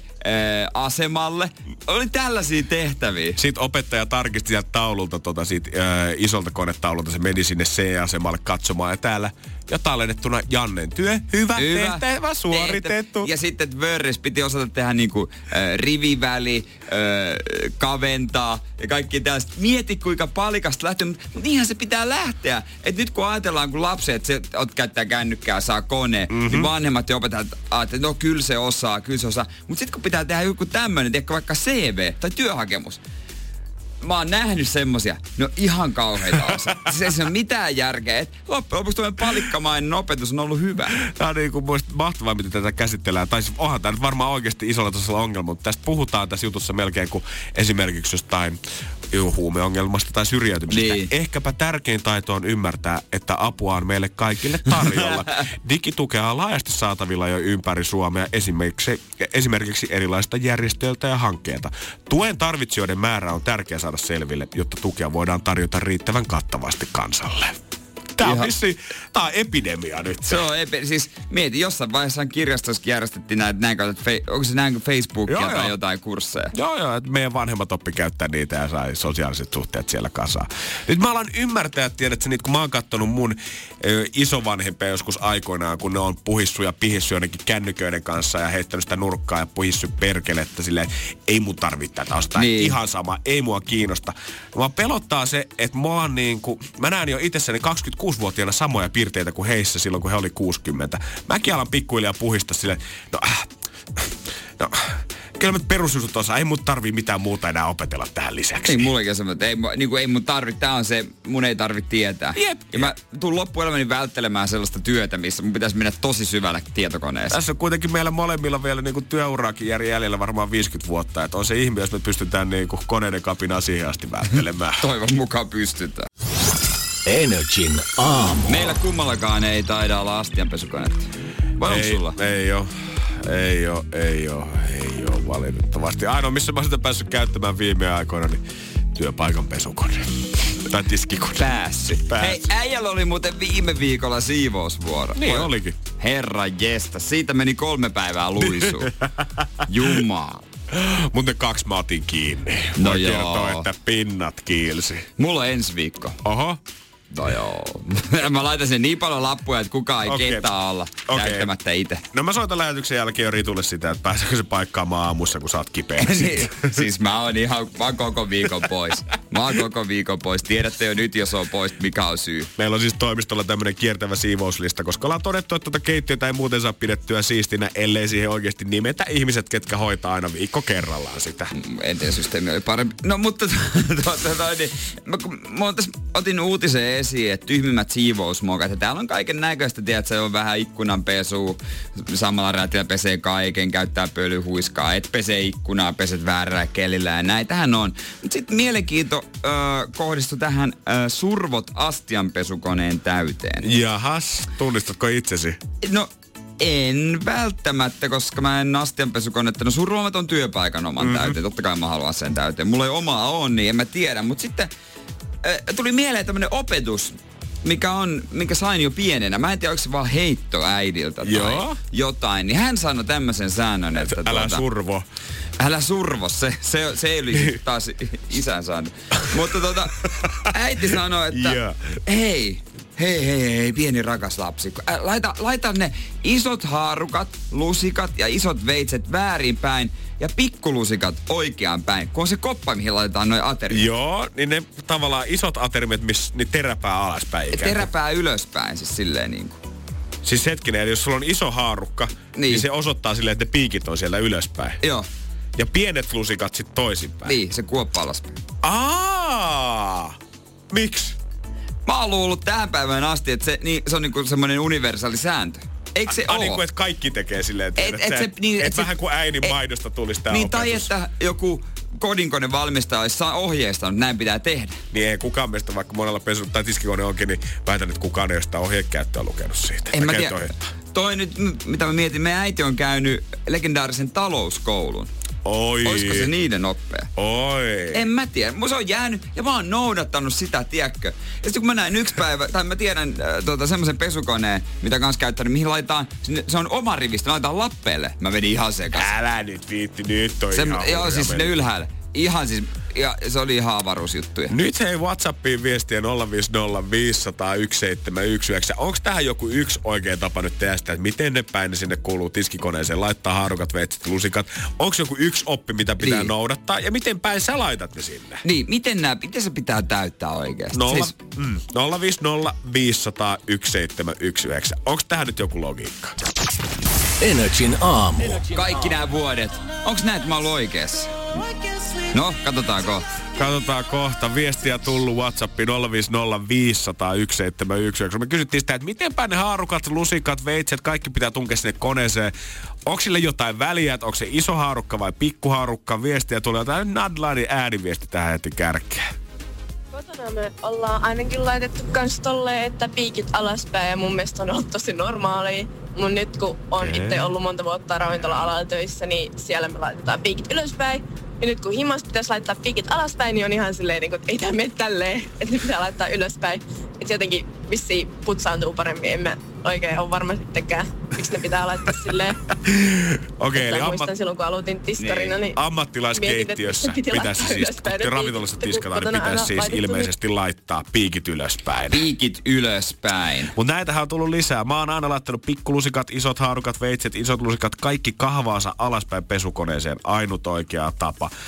asemalle. Oli tällaisia tehtäviä. Sitten opettaja tarkisti sieltä taululta, tota, siitä, ää, isolta konetaululta, se meni sinne C-asemalle katsomaan ja täällä ja tallennettuna Jannen työ. Hyvä, Hyvä. tehtävä, suoritettu. Tehtä. Ja sitten Wordissa piti osata tehdä niinku äh, riviväli, äh, kaventaa ja kaikki tällaista. Mieti kuinka palikasta lähtee, mutta niinhän se pitää lähteä. Et nyt kun ajatellaan, kun lapset, että se ot käyttää kännykkää, saa kone, mm-hmm. niin vanhemmat ja opettajat ajattelee, että no kyllä se osaa, kyllä se osaa. Mutta sitten kun pitää tehdä joku tämmöinen, ehkä vaikka C V tai työhakemus. Mä oon nähnyt semmosia, no ihan kauheita osaa. Siis ei ole mitään järkeä. Loppujen lopuksi tuollainen palikkamainen opetus on ollut hyvä. Tää on niin kuin muista mahtavaa, miten tätä käsitellään. Tai siis onhan tää nyt varmaan oikeasti isolla tasolla ongelma, mutta tästä puhutaan tässä jutussa melkein kuin esimerkiksi jostain huumeongelmasta tai syrjäytymisestä. Niin. Ehkäpä tärkein taito on ymmärtää, että apua on meille kaikille tarjolla. Digitukea on laajasti saatavilla jo ympäri Suomea, esimerkiksi, esimerkiksi erilaisista järjestöiltä ja hankkeilta. Tuen tarvitsijoiden määrä on tärkeä saada selville, jotta tukea voidaan tarjota riittävän kattavasti kansalle. Tää on vissi, tää on epidemia nyt. Se on epi- siis mieti, jossain vaiheessa kirjastossakin järjestettiin näitä, näin kautta, fe- onko se näin kuin Facebookia joo, tai joo. jotain kursseja? Joo, joo, että meidän vanhemmat oppi käyttää niitä ja sai sosiaaliset suhteet siellä kasaan. Nyt mä alan ymmärtää, että tiedätkö, niitä, kun mä oon kattonut mun ö, isovanhempia joskus aikoinaan, kun ne on puhissu ja pihissu jonnekin kännyköiden kanssa ja heittänyt sitä nurkkaa ja puhissu perkelettä silleen, ei mun tarvitse tätä ostaa, niin. Ihan sama, ei mua kiinnosta. Mä pelottaa se, että mä oon niin kuin, mä näen jo itsessäni kaksikymmentäkuusivuotiaana samoja piirteitä kuin heissä silloin, kun he oli kuusikymmentä. Mäkin alan pikkuhiljaa puhistaa silleen, no, äh, no, kyllä mä perusjutut osaa. Ei mun tarvii mitään muuta enää opetella tähän lisäksi. Ei mullekin semmoinen, että ei, niin kuin ei mun tarvitse, tää on se, mun ei tarvitse tietää. Jep. Ja mä tuun loppuelämäni välttelemään sellaista työtä, missä mun pitäisi mennä tosi syvälle tietokoneeseen. Tässä on kuitenkin meillä molemmilla vielä niinku työuraakin jäljellä varmaan viisikymmentä vuotta. Että on se ihme, jos me pystytään niinku koneiden kapinaa siihen asti välttelemään. Toivon mukaan pystytään. Energin aamu. Meillä kummallakaan ei taida olla astianpesukonetta. Vai onko sulla? Ei oo. Ei oo, ei oo, ei oo valitettavasti. Ainoa, missä mä oon päässyt käyttämään viime aikoina, niin työpaikan pesukone. Tai tiskikone. Päässyt. Päässyt. Hei, äijällä oli muuten viime viikolla siivousvuoro. Niin Voi, olikin. Herra jesta, siitä meni kolme päivää luisuun. Jumaa. Muuten kaksi mä otin kiinni. No Voi joo. kertoa, että pinnat kiilsi. Mulla on ensi viikko. Oho. No joo. Mä laitan sen niin paljon lappuja, että kukaan ei Okei. ketään olla Okei. täyttämättä itse. No mä soitan lähetyksen jälkeen jo Ritulle sitä, että pääseekö se paikkaamaan aamussa, kun sä oot kipeä. Niin, siis mä oon ihan, mä oon koko viikon pois. Mä oon koko viikon pois. Tiedätte jo nyt, jos on pois, mikä on syy. Meillä on siis toimistolla tämmönen kiertävä siivouslista, koska ollaan todettu, että tuota keittiötä ei muuten saa pidettyä siistinä, ellei siihen oikeasti nimetä ihmiset, ketkä hoitaa aina viikko kerrallaan sitä. Entinen systeemi oli parempi. No mutta tuota, toi, niin, mä, kun, mä tässä otin uutisen esiin, että tyhmimmät siivousmokat. Ja täällä on kaiken näköistä, tiedät, se on vähän ikkunanpesu, samalla räätillä pesee kaiken, käyttää pölyhuiskaa, et pesee ikkunaa, peset väärällä kellillä ja näitähän on. Mutta sitten mielenkiinto äh, kohdistui tähän äh, survot astianpesukoneen täyteen. Jahas, tunnistatko itsesi? No en välttämättä, koska mä en astianpesukonetta, no survomat on työpaikan oman mm-hmm. täyteen, totta kai mä haluan sen täyteen. Mulla ei omaa on, niin en mä tiedä, mutta sitten äh, tuli mieleen tämmönen opetus, mikä on, minkä sain jo pienenä. Mä en tiedä, onko se vaan heitto äidiltä tai Joo. jotain. Niin hän sanoi tämmöisen säännön, että Älä tuota, survo. Älä survo, se, se, se ei olisi taas isän saanut. Mutta tuota, äiti sanoi, että Yeah. hei, hei, hei, hei, pieni rakas lapsi. Ä, laita, laita ne isot haarukat, lusikat ja isot veitset väärinpäin ja pikkulusikat oikeaan päin, kun on se koppa, mihin laitetaan noin ateriat. Joo, niin ne tavallaan isot aterimet, missä niin teräpää alaspäin ikään kuin. Teräpää ylöspäin, siis silleen niinku. Siis hetkinen, eli jos sulla on iso haarukka, niin, Niin. niin se osoittaa silleen, että ne piikit on siellä ylöspäin. Joo, Ja pienet lusikat sit toisinpäin. niin, se kuoppa alaspäin. Aa! Miksi? Mä oon luullut tähän päivään asti, että se, niin, se on niinku semmoinen universaali sääntö. Eikö se A, oo? niin kuin, että kaikki tekee silleen, että Et- et se- niin, et et se- vähän kuin äidin et- maidosta tulisi tää Niin, opetus. tai että joku kodinkoneen valmistaja olisi saa ohjeistanut, että näin pitää tehdä. Niin ei kukaan meistä, vaikka monella pesu- tai tiskikone onkin, niin väitän, että kukaan ei ole sitä ohjekäyttöä lukenut siitä. En mä Tai tiedä. käyttöohjetta. Toi nyt, m- mitä mä mietin, meidän äiti on käynyt legendaarisen talouskoulun. Oi. Olisiko se niiden oppea? Oi. En mä tiedä. Mun se on jäänyt ja mä oon noudattanut sitä, tiedätkö. Ja sitten kun mä näin yksi päivä, tai mä tiedän äh, tuota, semmoisen pesukoneen, mitä kans käyttänyt, mihin laitetaan, sinne, se on oma rivistä, laitetaan lappeelle. Mä menin ihan sekas. Älä nyt viitti, nyt on Se, ihan joo, hurja siis sinne meni. ylhäälle. Ihan siis, ja se oli ihan avaruusjuttuja. Nyt hei WhatsAppiin viestiä nolla viisi nolla viisi nolla nolla yksi seitsemän yksi yhdeksän. Onko tähän joku yksi oikea tapa nyt tehdä sitä, että miten ne päin ne sinne kuuluu tiskikoneeseen, laittaa haarukat, veitset, lusikat? Onko joku yksi oppi, mitä pitää Niin. noudattaa? Ja miten päin sä laitat ne sinne? Niin, miten nää, miten se pitää täyttää oikeasti? Nolla, Siis, mm, nolla viisi nolla viisi nolla nolla yksi seitsemän yksi yhdeksän. Onko tähän nyt joku logiikka? Energin aamu. kaikki nämä vuodet. Onks näet mä ollut oikeassa? No, katsotaan kohta. Katsotaan kohta. Viestiä tullut WhatsAppiin nolla viisi nolla viisi nolla nolla yksi seitsemän yksi yhdeksän. Me kysyttiin sitä, että mitenpä ne haarukat, lusikat, veitset, kaikki pitää tunkea sinne koneeseen. Onko sille jotain väliä, että onko se iso haarukka vai pikku haarukka? Viestiä tulee jotain nadlainen ääniviesti tähän heti kärkeen. Kotona me ollaan ainakin laitettu kans tolleen, että piikit alaspäin ja mun mielestä on ollut tosi normaalia. Mun nyt kun on Okei. itse ollut monta vuotta ravintola-alalla töissä, niin siellä me laitetaan piikit ylöspäin. Ja nyt kun himas pitäisi laittaa piikit alaspäin, niin on ihan silleen, niin kuin, että ei tää mene tälleen, että ne pitää laittaa ylöspäin. Että jotenkin vissiin putsaantuu paremmin, en mä oikein ole varma sittenkään, miksi ne pitää laittaa silleen. Okei, eli Että ammat, muistan silloin, kun aloitin tiskarina, niin ammattilaiskeittiössä mietin, että pitäisi piti siis, laittaa kun ylöspäin. ravintolassa Nyt tiskataan, niin kotona pitäisi aina siis laitettu, ilmeisesti laittaa piikit ylöspäin. Piikit ylöspäin. Mutta näitähän on tullut lisää. Mä oon aina laittanut pikkulusikat, isot haarukat, veitset, isot lusikat, kaikki kahvaansa alaspäin pesukoneeseen. Ainut oikea tapa.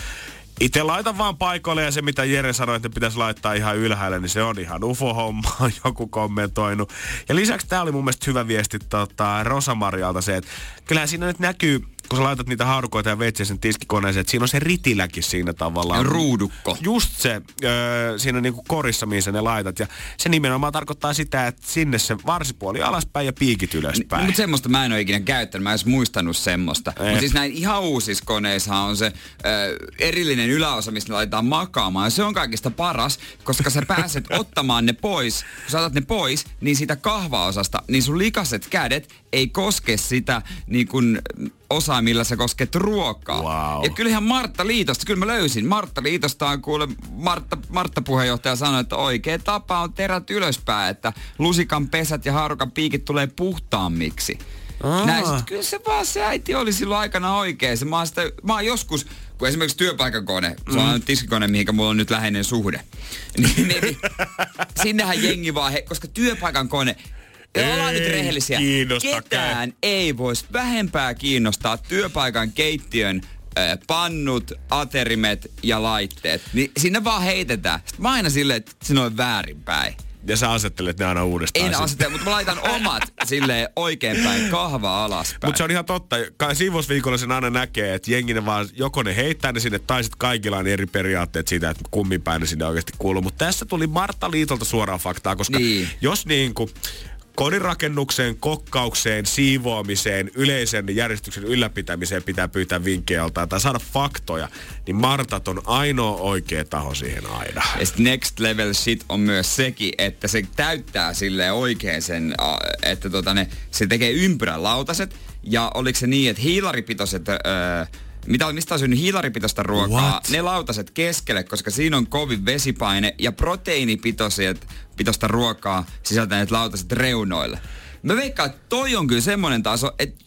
Itse laitan vaan paikoille ja se, mitä Jere sanoi, että pitäisi laittaa ihan ylhäälle, niin se on ihan ufo-homma, on joku kommentoinut. Ja lisäksi tää oli mun mielestä hyvä viesti tota, Rosa-Marialta se, että kyllähän siinä nyt näkyy, kun sä laitat niitä haarukoita ja veitsiä sen tiskikoneeseen, että siinä on se ritiläkin siinä tavallaan. Ja ruudukko. Just se, öö, siinä niinku korissa, missä ne laitat. Ja se nimenomaan tarkoittaa sitä, että sinne se varsipuoli alaspäin ja piikit ylöspäin. N- mutta semmoista mä en ole ikinä käyttänyt, mä en edes muistanut semmoista. Mutta siis näin ihan uusissa koneissa on se öö, erillinen yläosa, missä ne laitetaan makaamaan. Ja se on kaikista paras, koska sä pääset ottamaan ne pois. Kun sä otat ne pois, niin siitä kahvaosasta, niin sun likaset kädet ei koske sitä niin kun osaa, millä sä kosket ruokaa. Wow. Ja kyllähän Martta Liitosta, kyllä mä löysin. Martta Liitosta on kuule, Martta, Martta puheenjohtaja sanoi, että oikea tapa on terät ylöspäin, että lusikan pesät ja haarukan piikit tulee puhtaammiksi. Näin, sit, kyllä se vaan se äiti oli silloin aikana oikein. Se, mä, oon sitä, mä oon joskus, kun esimerkiksi työpaikan kone, mm. se on tiskikone, mihinkä mulla on nyt läheinen suhde. niin, niin, sinnehän jengi vaan, he, koska työpaikan kone, ja ollaan nyt rehellisiä. Ketään ei voisi vähempää kiinnostaa työpaikan keittiön äh, pannut, aterimet ja laitteet. Niin sinne vaan heitetään. Sitten mä aina silleen, että se on väärinpäin. Ja sä asettelet ne aina uudestaan. En asettele, mutta mä laitan omat silleen oikeinpäin, kahva alaspäin. Mutta se on ihan totta. Siivousviikolla sen aina näkee, että jengi ne vaan, joko ne heittää ne sinne, tai sitten kaikilla on eri periaatteet siitä, että kummin päin ne sinne oikeasti kuuluu. Mutta tässä tuli Martta Liitolta suoraan faktaa, koska niin. jos niinku kodinrakennukseen, kokkaukseen, siivoamiseen, yleisen järjestyksen ylläpitämiseen pitää pyytää vinkkejä joltain tai saada faktoja, niin Martat on ainoa oikea taho siihen aina. Ja next level shit on myös sekin, että se täyttää silleen oikein sen, että tota ne, se tekee ympyrän lautaset. Ja oliko se niin, että hiilaripitoiset Öö, Mitä, mistä on synnyt hiilaripitoista ruokaa? What? Ne lautaset keskelle, koska siinä on kovin vesipaine ja proteiinipitoista ruokaa sisältäneet lautaset reunoille. Mä veikkaan, että toi on kyllä semmonen taso, että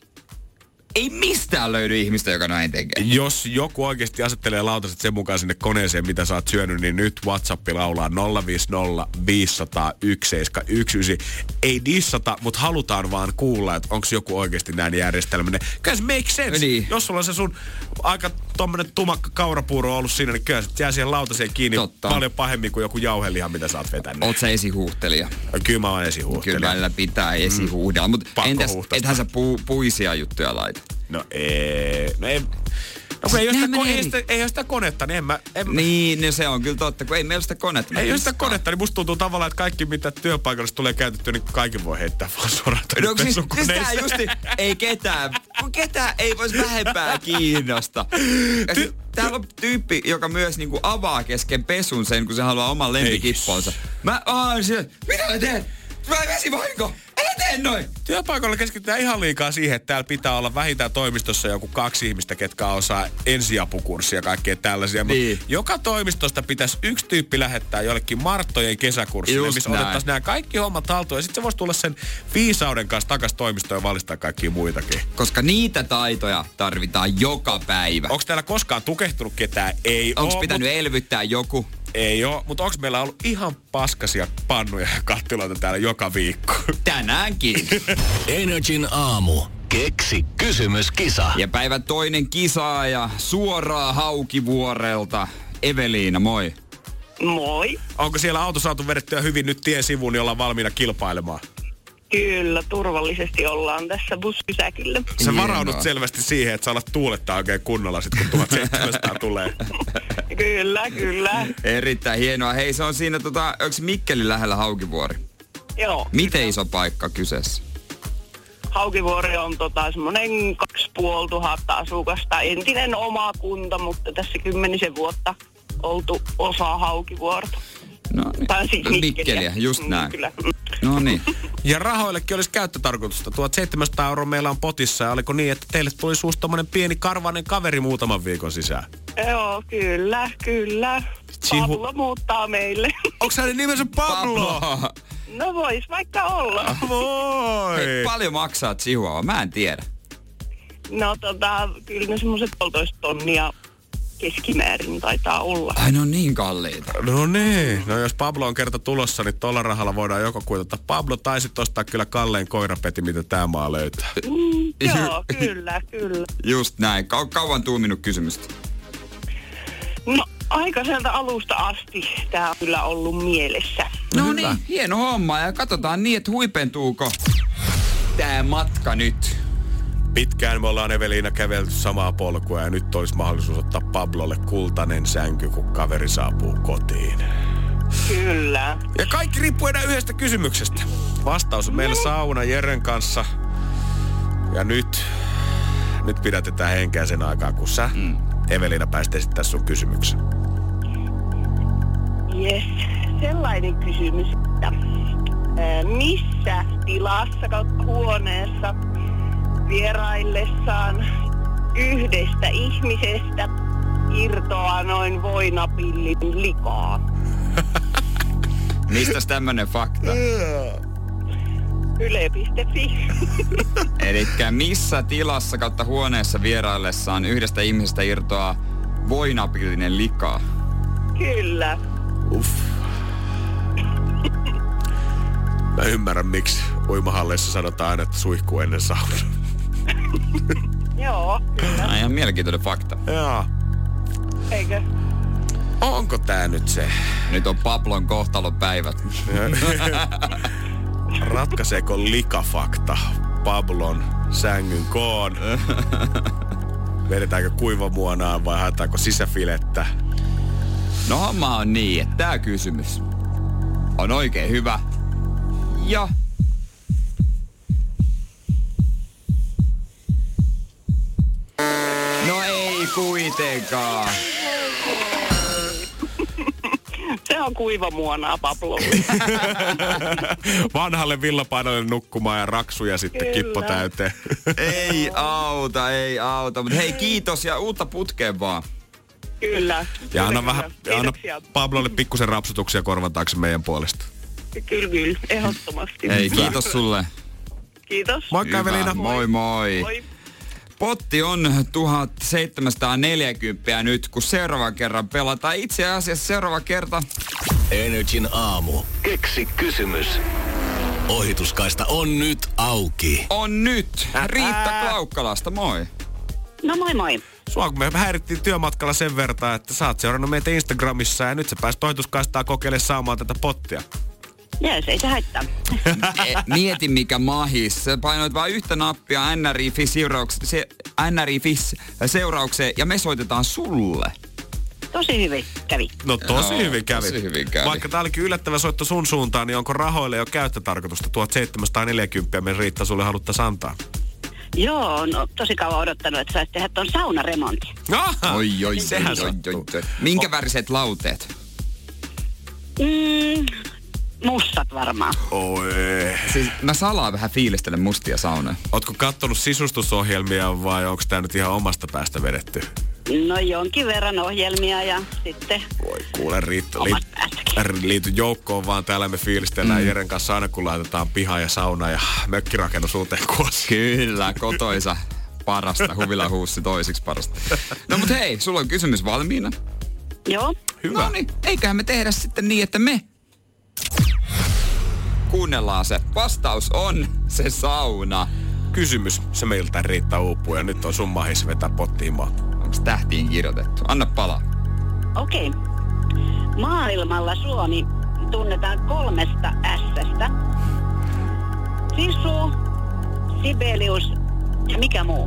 ei mistään löydy ihmistä, joka näin tekee. Jos joku oikeasti asettelee lautaset sen mukaan sinne koneeseen, mitä sä oot syönyt, niin nyt WhatsApp laulaa nolla viisi nolla viisi nolla nolla yksi seitsemän yksi yhdeksän. Ei dissata, mutta halutaan vaan kuulla, että onko joku oikeasti näin järjestelmäinen. Kyllä se make sense. Niin. Jos sulla on se sun aika tommonen tumakka kaurapuuro ollut siinä, niin kyllä se jää siihen lautaseen kiinni. Totta. Paljon pahemmin kuin joku jauheliha, mitä sä oot vetänyt. Oot sä esihuhtelija? Kyllä mä oon esihuhtelija. Kyllä välillä pitää esihuhdella, mm. mutta entäs ethän sä pu, puisia juttuja laita? No ei, no ei. No kun ei ole, sitä, ei, sitä, ei ole sitä konetta, niin en mä... En niin, niin se on kyllä totta, kun ei meillä ole sitä konetta. Ei ole sitä konetta, niin musta tuntuu tavallaan, että kaikki mitä työpaikalla tulee käytetty, niin kaikki voi heittää vaan suoraan no, siis, siis tää justi, ei ketään, kun ketään ei vois vähempää kiinnosta. Ty- Täällä on tyyppi, joka myös niinku avaa kesken pesun sen, kun se haluaa oman lempikipponsa. Mä oon siellä, mitä mä teen? Mä vesivahinko! Älä tee noin! Työpaikalla keskitytään ihan liikaa siihen, että täällä pitää olla vähintään toimistossa joku kaksi ihmistä, ketkä osaa ensiapukurssia ja kaikkea tällaisia. Niin. Joka toimistosta pitäisi yksi tyyppi lähettää jollekin Marttojen kesäkurssille, missä otettaisiin nämä kaikki hommat haltuun. Ja sitten se voisi tulla sen viisauden kanssa takaisin toimistoon ja valistaa kaikkia muitakin. Koska niitä taitoja tarvitaan joka päivä. Onko täällä koskaan tukehtunut ketään? Ei oo. Onko pitänyt mut... elvyttää joku? Ei oo, mutta onko meillä ollut ihan paskasia pannuja ja kattiloita täällä joka viikko? Tänäänkin. Energin aamu. Keksi kysymyskisa. Ja päivän toinen kisaaja suoraan Haukivuorelta. Eveliina, moi. Moi. Onko siellä auto saatu vedettyä hyvin nyt tien sivuun, niin ollaan valmiina kilpailemaan? Kyllä, turvallisesti ollaan tässä bussipysäkillä. Sä varaudut selvästi siihen, että sä alat tuulettaa oikein kunnolla sit, kun tuhatseitsemänsataa tulee. Kyllä, kyllä. Erittäin hienoa. Hei, se on siinä, tota, onko Mikkelin lähellä Haukivuori? Joo. Miten kyllä. iso paikka kyseessä? Haukivuori on tota, semmoinen kaksi puoli tuhatta asukasta. Entinen oma kunta, mutta tässä kymmenisen vuotta oltu osa Haukivuorta. No niin. Tai siis Mikkeliä. Mikkeliä, just näin. Mm, kyllä. No niin. Ja rahoillekin olisi käyttötarkoitusta. tuhatseitsemänsataa euroa meillä on potissa. Ja oliko niin, että teille tuli suus tommonen pieni karvainen kaveri muutaman viikon sisään? Joo, kyllä, kyllä. Chihu... Pablo muuttaa meille. Onko hänen nimensä Pablo? Pablo. No vois vaikka olla. Voi. Hei, paljon maksaa Chihuahua? Mä en tiedä. No tota, kyllä ne semmoset puolitoista tonnia keskimäärin taitaa olla. Ai no niin kalliita. No niin. No jos Pablo on kerta tulossa, niin tuolla rahalla voidaan joko kuitata Pablo tai sitten ostaa kyllä kallein koirapeti, mitä tää maa löytää. Mm, joo, kyllä, kyllä. Just näin. Kau- kauan tuuminut kysymystä? No aikaiselta alusta asti tää on kyllä ollut mielessä. No niin, hieno homma. Ja katsotaan niin, että huipentuuko tää matka nyt. Pitkään me ollaan Eveliina kävelty samaa polkua ja nyt olisi mahdollisuus ottaa Pablolle kultainen sänky, kun kaveri saapuu kotiin. Kyllä. Ja kaikki riippuu enää yhdestä kysymyksestä. Vastaus on meillä sauna Jeren kanssa. Ja nyt, nyt pidätetään henkeä sen aikaa, kun sä, mm. Eveliina, pääsit esittää sun kysymyksen. Jes, sellainen kysymys, että ää, missä tilassa kautta huoneessa vieraillessaan yhdestä ihmisestä irtoaa noin voinapillin likaa? Mistäs tämmönen fakta? yle piste fi. Elikkä missä tilassa kautta huoneessa vieraillessaan yhdestä ihmisestä irtoaa voinapillinen likaa? Kyllä. Uff. Mä ymmärrän, miksi uimahalleissa sanotaan aina, että suihkuu ennen saunaa. Joo, kyllä. Tämä on ihan mielenkiintoinen fakta. Joo. Eikö? Onko tää nyt se? Nyt on Pablon kohtalopäivät. Ratkaiseeko likafakta Pablon sängyn koon? Vedetäänkö kuivamuonaan vai haetaanko sisäfilettä? No homma on niin, että tää kysymys on oikein hyvä. Ja no ei kuitenkaan. Se on kuivamuonaa Pablolle. Vanhalle villapainolle nukkumaan ja raksuja sitten Kyllä. Kippo täyteen. Ei auta, ei auta. Mutta hei, kiitos ja uutta putkeen vaan. Kyllä. Ja anna, kyllä, vähän, kyllä. anna Kiitoksia. Pablolle pikkusen rapsutuksia korvataanko meidän puolesta. Kyllä, kyllä. Ehdottomasti. Hei, kiitos sulle. Kiitos. Moikka Eveliina. Moi moi. Moi. Potti on tuhatseitsemänsataaneljäkymmentä nyt, kun seuraavan kerran pelataan. Itse asiassa seuraava kerta. Energin aamu. Keksi kysymys. Ohituskaista on nyt auki. On nyt. Riitta Klaukkalasta, moi. No moi moi. Sua kun me häirittiin työmatkalla sen verran, että sä oot seurannut meitä Instagramissa ja nyt sä pääsit ohituskaistaa kokeilemaan saamaan tätä pottia. Jees, ei se haittaa. Mieti mikä mahis. Sä painoit vain yhtä nappia N R I F I se, N R I F I seuraukseen ja me soitetaan sulle. Tosi hyvin kävi. No tosi Joo, hyvin kävi. tosi hyvin kävi. Vaikka tää olikin yllättävä soitto sun suuntaan, niin onko rahoille jo käyttötarkoitusta tuhatseitsemänsataaneljäkymmentä me Riitta sulle haluttaisiin antaa? Joo, no tosi kauan odottanut, että saisi tehdä ton saunaremontin. Aha, Oi, oi, sehän oi, oi, sattuu. oi. Minkä väriset lauteet? Mm, mustat varmaan. Oi. Siis mä salaa vähän fiilistelen mustia saunoja. Ootko kattonut sisustusohjelmia vai onko tää nyt ihan omasta päästä vedetty? No jonkin verran ohjelmia ja sitten Voi kuule, Riitta, omasta päästäkin. liity joukkoon vaan. Täällä me fiilistellään mm. Jeren kanssa aina, kun laitetaan piha ja sauna ja mökkirakennus uuteen kuosiin. Kyllä, kotoisa parasta, huvilahuussi toisiksi parasta. No mut hei, sulla on kysymys valmiina. Joo. Hyvä. No niin, eiköhän me tehdä sitten niin, että me kuunnellaan se. Vastaus on se sauna. Kysymys, se meiltä Riitta uupuu ja nyt on sun mahis vetää pottiin maa. Onko tähtiin kirjoitettu? Anna palaa. Okei. Okay. Maailmalla Suomi tunnetaan kolmesta S:stä. Sisu, Sibelius ja mikä muu?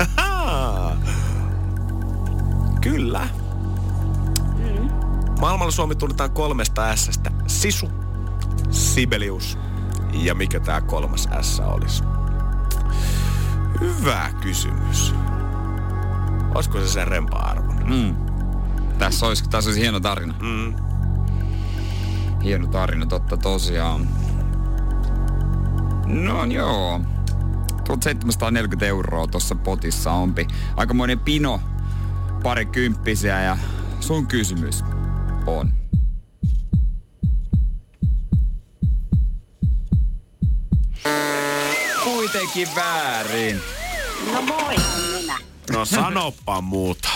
Kyllä. Mm. Maailmalla Suomi tunnetaan kolmesta S:stä. Sisu, Sibelius ja mikä tää kolmas S olisi? Hyvä kysymys. Olisiko se sen rempa-arvon? Mm. Tässä olisi, tässä olisi hieno tarina. Mm. Hieno tarina, totta tosiaan. No joo. tuhatseitsemänsataaneljäkymmentä euroa tuossa potissa onpi. Aikamoinen pino, pari kymppisiä ja sun kysymys on. Kuitenkin väärin. No voihan minä. No sanoppa muuta.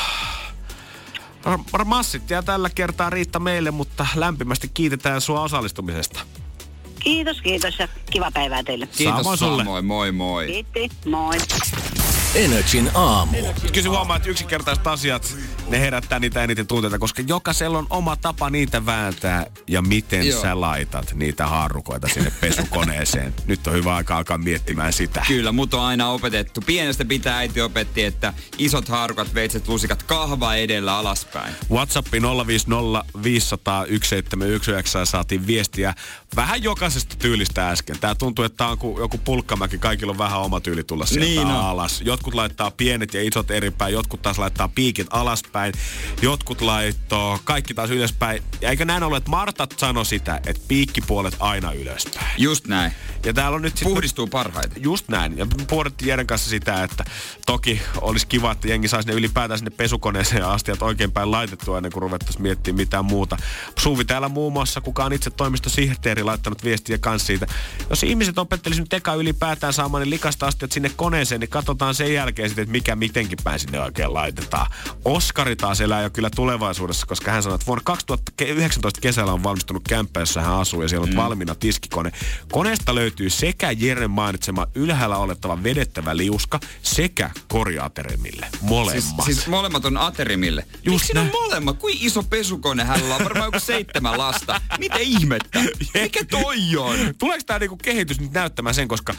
Massit jää tällä kertaa Riitta meille, mutta lämpimästi kiitetään sua osallistumisesta. Kiitos, kiitos ja kiva päivää teille. Kiitos Samoin sulle. samoin, moi moi. Kiitti, moi. Energin aamu. Kyllä huomaa, että yksinkertaiset asiat, ne herättää niitä eniten tunteita, koska jokaisella on oma tapa niitä vääntää ja miten Joo. sä laitat niitä haarukoita sinne pesukoneeseen. Nyt on hyvä aika alkaa miettimään sitä. Kyllä, mut on aina opetettu. Pienestä pitää äiti opetti, että isot haarukat, veitset, lusikat, kahva edellä alaspäin. WhatsAppi nolla viisi nolla viisi nolla nolla yksi seitsemän yksi yhdeksän saatiin viestiä vähän jokaisesta tyylistä äsken. Tää tuntuu, että tää on kuin joku pulkkamäki. Kaikilla on vähän oma tyyli tulla sieltä niin alas. Jotkut laittaa pienet ja isot eri päin. Jotkut taas laittaa piikit alaspäin. Jotkut laittoo kaikki taas ylöspäin. Ja eikö näin ollut, että Marta sanoi sitä, että piikkipuolet aina ylöspäin. Just näin. Ja täällä on nyt sit puhdistuu parhaiten. Just näin. Ja puhuttiin Jeren kanssa sitä, että toki olisi kiva, että jengi saisi ne ylipäätään sinne pesukoneeseen asti, että oikein päin laitettua ennen kuin ruvettaisiin miettimään mitään muuta. Suvi täällä muun muassa, kuka on itse toimistosihteeri, laittanut viestiä kanssa siitä. Jos ihmiset opettelisivat nyt eka ylipäätään saamaan ne likasta astiat sinne koneeseen, niin katsotaan sen jälkeen sitten, että mikä mitenkin päin sinne oikein laitetaan. Oskari taas elää jo kyllä tulevaisuudessa, koska hän sanoi, että vuonna kaksituhattayhdeksäntoista kesällä on valmistunut kämppä, jossa hän asuu ja siellä on mm. valmiina tiskikone. Koneesta löytyy sekä Jeren mainitsema ylhäällä olettava vedettävä liuska sekä koriateremille. Molemmat. Siis, siis molemmat on aterimille. Just Miksi ne on molemmat? Kuin iso pesukone hänellä on? Varmaan joku seitsemän lasta. Mitä ihmettä? Mikä toi on? Tuleeko tää niinku kehitys nyt näyttämään sen, koska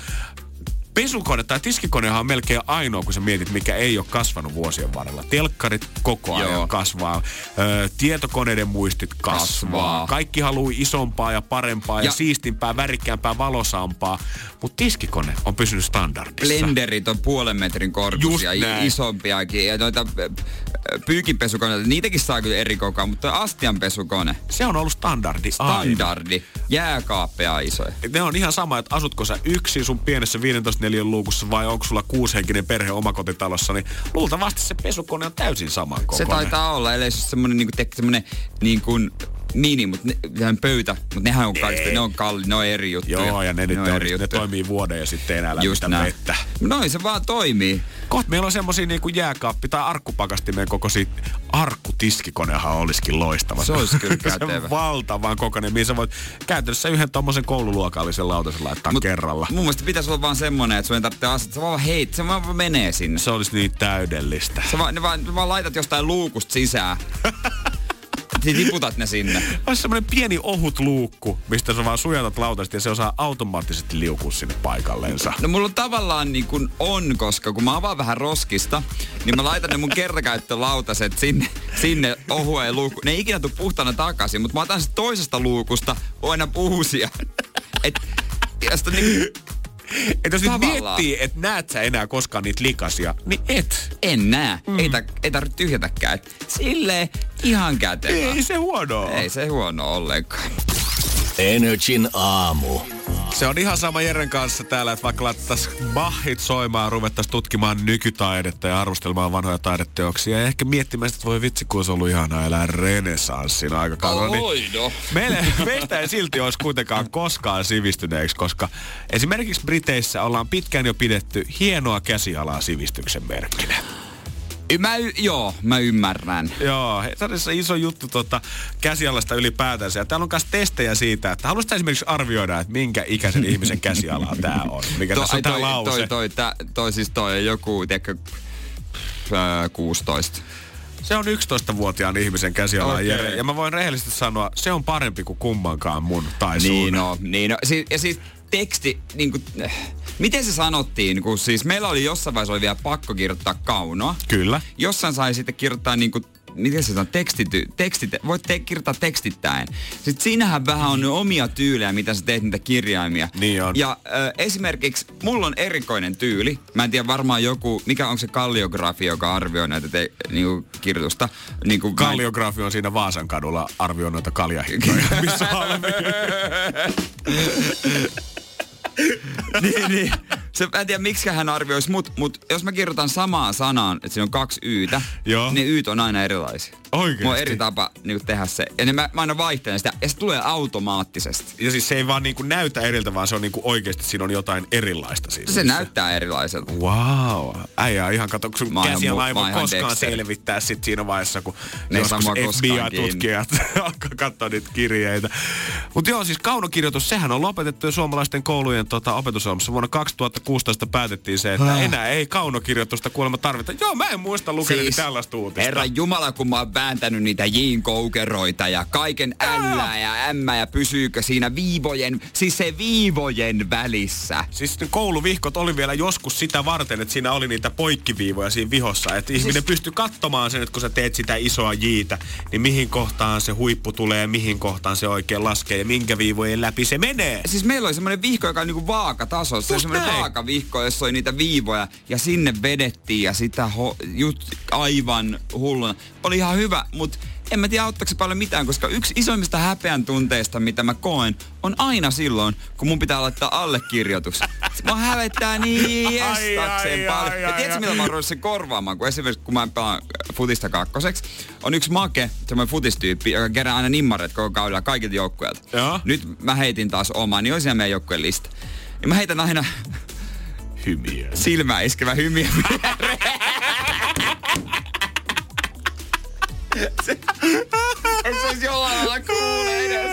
pesukone tai tiskikonehan on melkein ainoa, kun sä mietit, mikä ei ole kasvanut vuosien varrella. Telkkarit koko ajan Joo. kasvaa. Ö, tietokoneiden muistit kasvaa. kasvaa. Kaikki haluaa isompaa ja parempaa ja, ja siistimpää, värikkäämpää, valosampaa. Mutta tiskikone on pysynyt standardissa. Blenderit on puolen metrin korkuisia ja isompiakin. Ja noita pyykinpesukoneita, niitäkin saa kyllä eri kokoa, mutta astianpesukone. Se on ollut standardi. Standardi. Aina. Jääkaappeja isoja. Ne on ihan sama, että asutko sä yksin sun pienessä viidentoista neliön luukussa vai onko sulla kuushenkinen perhe omakotitalossa, niin luultavasti se pesukone on täysin samankokoinen. Se taitaa olla, eli se semmonen niinku, semmonen niinku mini, mutta ne, pöytä, mutta nehän on kaikista, ne on kalli, ne on eri juttuja. Joo, ja ne, ne, ne, on, ne toimii vuoden ja sitten enää lämmittä vettä. Noin se vaan toimii. Kohta meillä on semmosia niinku jääkaappi tai arkkupakastimeen kokoisia. Arkkutiskikonehan olisikin loistava. Se olisi kyllä kätevä. Se on valtavan kokoinen, mihin sä voit käytännössä yhden tommosen koululuokallisen lautasen laittaa Mut kerralla. Mun mielestä pitäisi olla vaan semmonen, että sun ei tarvitse asettaa. Se vaan heit, se vaan menee sinne. Se olisi niin täydellistä. Se vaan, ne vaan, ne vaan laitat jostain luukusta sisään. Tiputat ne sinne. Olisi semmoinen pieni ohut luukku, mistä sä vaan sujatat lautasta ja se osaa automaattisesti liukua sinne paikalleensa. No mulla tavallaan niin kuin on, koska kun mä avaan vähän roskista, niin mä laitan ne mun kertakäyttölautaset sinne, sinne ohueen luukkuun. Ne ei ikinä tuu puhtaana takaisin, mutta mä otan sit toisesta luukusta aina uusia. Et, josta niin... Että jos nyt miettii, että näet sä enää koskaan niitä likaisia, niin et. En näe. Mm. Ei, tar- ei tarvitse tyhjätäkään. Silleen ihan kätevää. Ei se huono. Ei se huono ollenkaan. Energin aamu. Se on ihan sama Jeren kanssa täällä, että vaikka laittaisiin Bachit soimaan, ruvettaisiin tutkimaan nykytaidetta ja arvostelemaan vanhoja taideteoksia. Ja ehkä miettimään, että voi vitsi, kun olisi ollut ihanaa elää renessanssin aikakaudella. Oi no. Meille, meistä ei silti olisi kuitenkaan koskaan sivistyneeksi, koska esimerkiksi Briteissä ollaan pitkään jo pidetty hienoa käsialaa sivistyksen merkkinä. Mä, y- joo, mä ymmärrän. Joo, se on se iso juttu tota, käsialasta ylipäätänsä. Ja täällä on myös testejä siitä, että haluaisit esimerkiksi arvioida, että minkä ikäisen ihmisen käsialaa tää on. Mikä to, tässä on tää toi, lause. Toi, toi, toi, toi, siis toi joku, tiedätkö, äh, kuusitoista. Se on yksitoistavuotiaan ihmisen käsiala, okay. Jere. Ja mä voin rehellisesti sanoa, se on parempi kuin kummankaan mun tai sun. Niin no, niin no. Si- ja siis teksti, niin kuin, miten se sanottiin, kun siis meillä oli jossain vaiheessa oli vielä pakko kirjoittaa kaunoa. Kyllä. Jossain sai sitten kirjoittaa niin kuin, miten se on, tekstity, tekstit, voit te, kirjoittaa tekstittäin. Sitten siinähän vähän on omia tyylejä, mitä sä teet niitä kirjaimia. Niin on. Ja äh, esimerkiksi mulla on erikoinen tyyli. Mä en tiedä varmaan joku, mikä on se kalliografi, joka arvioi näitä te, niinku, kirjoitusta. Niinku, Kalliografi en... on siinä Vaasan kadulla arvioi noita kaljahintoja. Missä niin, niin. Se, mä en tiedä, miksi hän arvioisi, mutta mut, jos mä kirjoitan samaan sanaan, että siinä on kaksi yytä, Joo. ne yyt on aina erilaisia. Oikeesti? Mulla on eri tapa niin kuin tehdä se. Ja niin mä, mä aina vaihtelen sitä, ja se tulee automaattisesti. Ja siis se ei vaan niin kuin näytä eriltä, vaan se on niin kuin oikeesti, siinä on jotain erilaista siinä. Se näyttää erilaiselta. Wow. Äijä ihan kato, kun sun käsiä mä en voi koskaan Dexter. selvittää sit siinä vaiheessa, kun ne joskus F B I-tutkijat alkaa katsoa niitä kirjeitä. Mutta joo, siis kaunokirjoitus, sehän on lopetettu jo suomalaisten koulujen tota, opetusohjelmassa. Vuonna kaksituhattakuusitoista päätettiin se, että ah. enää ei kaunokirjoitusta kuulemma tarvita. Joo, mä en muista lukenut siis, tällaista uutista. Herra Jumala, kun mä oon vääntänyt niitä J-koukeroita ja kaiken ällää ja ämmää ja pysyykö siinä viivojen, siis se viivojen välissä. Siis ne kouluvihkot oli vielä joskus sitä varten, että siinä oli niitä poikkiviivoja siinä vihossa. Että siis ihminen pystyy katsomaan sen, että kun sä teet sitä isoa jiitä, niin mihin kohtaan se huippu tulee ja mihin kohtaan se oikein laskee ja minkä viivojen läpi se menee. Siis meillä oli semmoinen vihko, joka on niinku vaakataso. Se on semmoinen vaakavihko, jossa oli niitä viivoja ja sinne vedettiin ja sitä ho- jut- aivan hulluna. Oli ihan hyvä, mutta en mä tiedä auttaako se paljon mitään, koska yksi isoimmista häpeän tunteista, mitä mä koen, on aina silloin, kun mun pitää laittaa allekirjoitus. Mä hävettää niin estakseen paljon. Ja tiedätkö, mitä mä oon sen korvaamaan? Kun esimerkiksi kun mä pelaan futista kakkoseksi, on yksi make, semmoinen futistyyppi, joka kerää aina nimmareet koko kaudella kaikilta joukkueilta. Nyt mä heitin taas omaa, niin on siellä meidän joukkueen lista. Ja mä heitän aina hymiä. Silmää iskevä hymiä. Se, et se olisi jollain lailla kuule edes.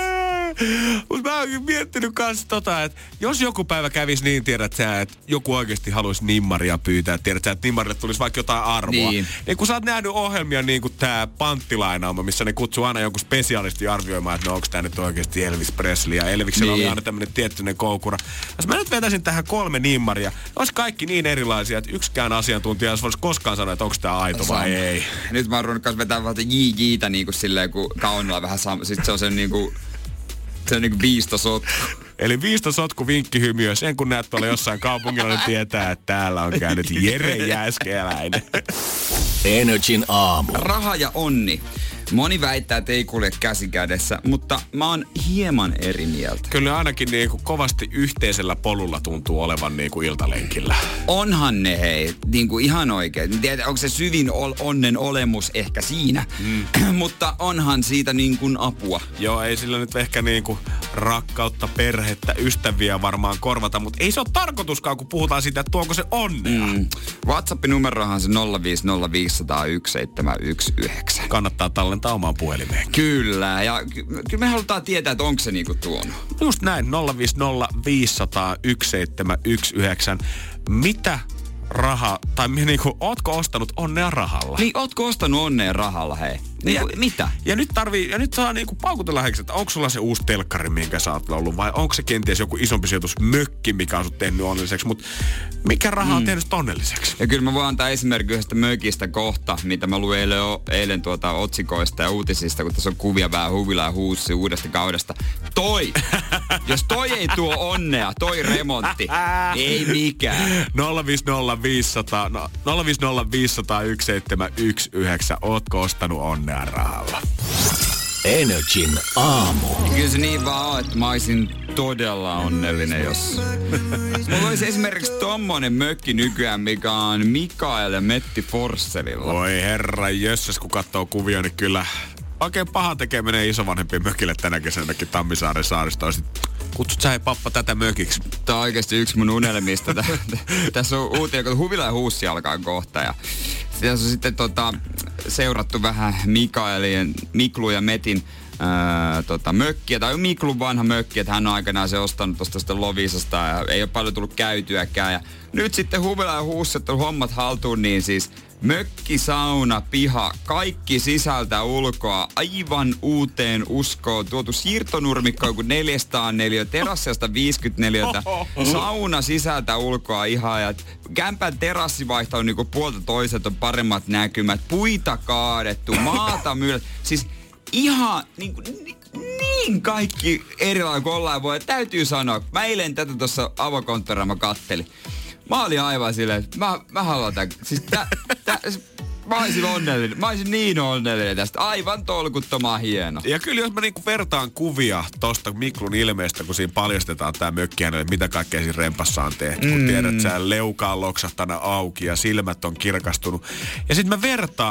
Mut mä oonkin miettinyt kanssa tota, että jos joku päivä kävis niin, tiedät sä, että joku oikeasti haluaisi nimmaria pyytää, tiedät sä, että nimmarille tulisi vaikka jotain arvoa. Niin. Niin kun sä oot nähnyt ohjelmia niin kuin tää panttilainauma, missä ne kutsuu aina jonkun spesialisti arvioimaan, että no onks tää nyt oikeasti Elvis Presley, ja Elviksellä niin. oli aina tämmönen tiettyinen koukura. Jos mä nyt vetäisin tähän kolme nimmaria, olisi kaikki niin erilaisia, että yksikään asiantuntija olisi koskaan sanoa, että onko tää aito vai Sama. ei. Nyt mä oon ruvennut kanssa vetää valta jii-jiitä niin kuin silleen, kun kaunilla vähän sama. Sitten se on sen niinku se on niinku viistosotku. Eli viistosotku vinkkihymiö. Sen kun näet tuolla jossain kaupungilla, niin tietää, että täällä on käynyt Jere Jääskeläinen. Energin aamu. Raha ja onni. Moni väittää, että ei kulje käsi kädessä, mutta mä oon hieman eri mieltä. Kyllä ainakin niin kuin kovasti yhteisellä polulla tuntuu olevan niin kuin iltalenkillä. Onhan ne hei, niin kuin ihan oikein. Tiedät, onko se syvin ol- onnen olemus ehkä siinä, mm. mutta onhan siitä niin kuin apua. Joo, ei sillä nyt ehkä niin kuin rakkautta, perhettä, ystäviä varmaan korvata, mutta ei se ole tarkoituskaan, kun puhutaan siitä, että tuonko se onnea. Mm. WhatsApp-numerohan on se nolla viisi nolla viisi nolla yksi seitsemän yksi yhdeksän. Kannattaa tallentaa omaan puhelimeen. Kyllä, ja ky- kyllä me halutaan tietää, että onko se niinku tuonut. Just näin, nolla viisi nolla viisi nolla yksi seitsemän yksi yhdeksän. Mitä raha, tai niinku, ootko ostanut onnea rahalla? Niin, ootko ostanut onnea rahalla, hei? Niin, ja, mitä? Ja nyt tarvii, ja nyt saa niinku paukutella heiksi, että onko sulla se uusi telkkari, minkä sä oot ollut, vai onko se kenties joku isompi sijoitusmökki, mikä on sut tehnyt onnelliseksi, mutta mikä raha on mm. tehnyt onnelliseksi? Ja kyllä mä voin antaa esimerkki yhdestä mökistä kohta, mitä mä luin eilen, eilen tuota otsikoista ja uutisista, kun tässä on kuvia vähän huvila ja huussi uudesta kaudesta. Toi! Jos toi ei tuo onnea, toi remontti, ei mikään. nolla viisi nolla viisi nolla viisi nolla yksi seitsemän yksi yhdeksän. Ootko ostanut onnea rahalla? Energin aamu. Ja kyllä se niin vaan on, että mä olisin todella onnellinen, jos... Mulla olisi esimerkiksi tommonen mökki nykyään, mikä on Mikael ja Metti Forsselilla. Voi herra jössäs, kun katsoo kuvia, niin kyllä oikein paha tekeminen isovanhempien mökille tänä kesänäkin Tammisaaren saaristoon. Kutsut sä hei pappa tätä mökiksi? Tää on oikeesti yksi mun unelmista. Tässä on uutinen, kun Huvila ja Huussi alkaa kohta. Ja tässä on sitten tota, seurattu vähän Mikaelien, Miklu ja Metin ää, tota, mökkiä. Tai Miklun vanha mökki, että hän on aikanaan se ostanut tosta sitten Lovisasta ja ei ole paljon tullut käytyäkään. Ja nyt sitten Huvila ja Huussi on hommat haltuun, niin siis mökki, sauna, piha, kaikki sisältä ulkoa aivan uuteen uskoon. Tuotu siirtonurmikko joku neljäsataa neliö, terassiasta viisikymmentä neliötä, sauna sisältä ulkoa ihan. Ja kämpän terassivaihto on niinku puolta toiset on paremmat näkymät, puita kaadettu, maata myydä. Siis ihan niinku niin kaikki erilainen kuin ollaan voi. Täytyy sanoa, mä eilen tätä tuossa avokonttorilla mä kattelin. Mä olin aivan silleen, että mä, mä haluan tämän. Siis tä, tä, mä olisin onnellinen. Mä olisin niin onnellinen tästä. Aivan tolkuttoman hieno. Ja kyllä jos mä niinku vertaan kuvia tosta Miklun ilmeestä, kun siinä paljastetaan tää mökki hänelle, mitä kaikkea siinä rempassa on tehty. Mm. Kun tiedät, että sä leuka on loksahtana auki ja silmät on kirkastunut. Ja sit mä vertaan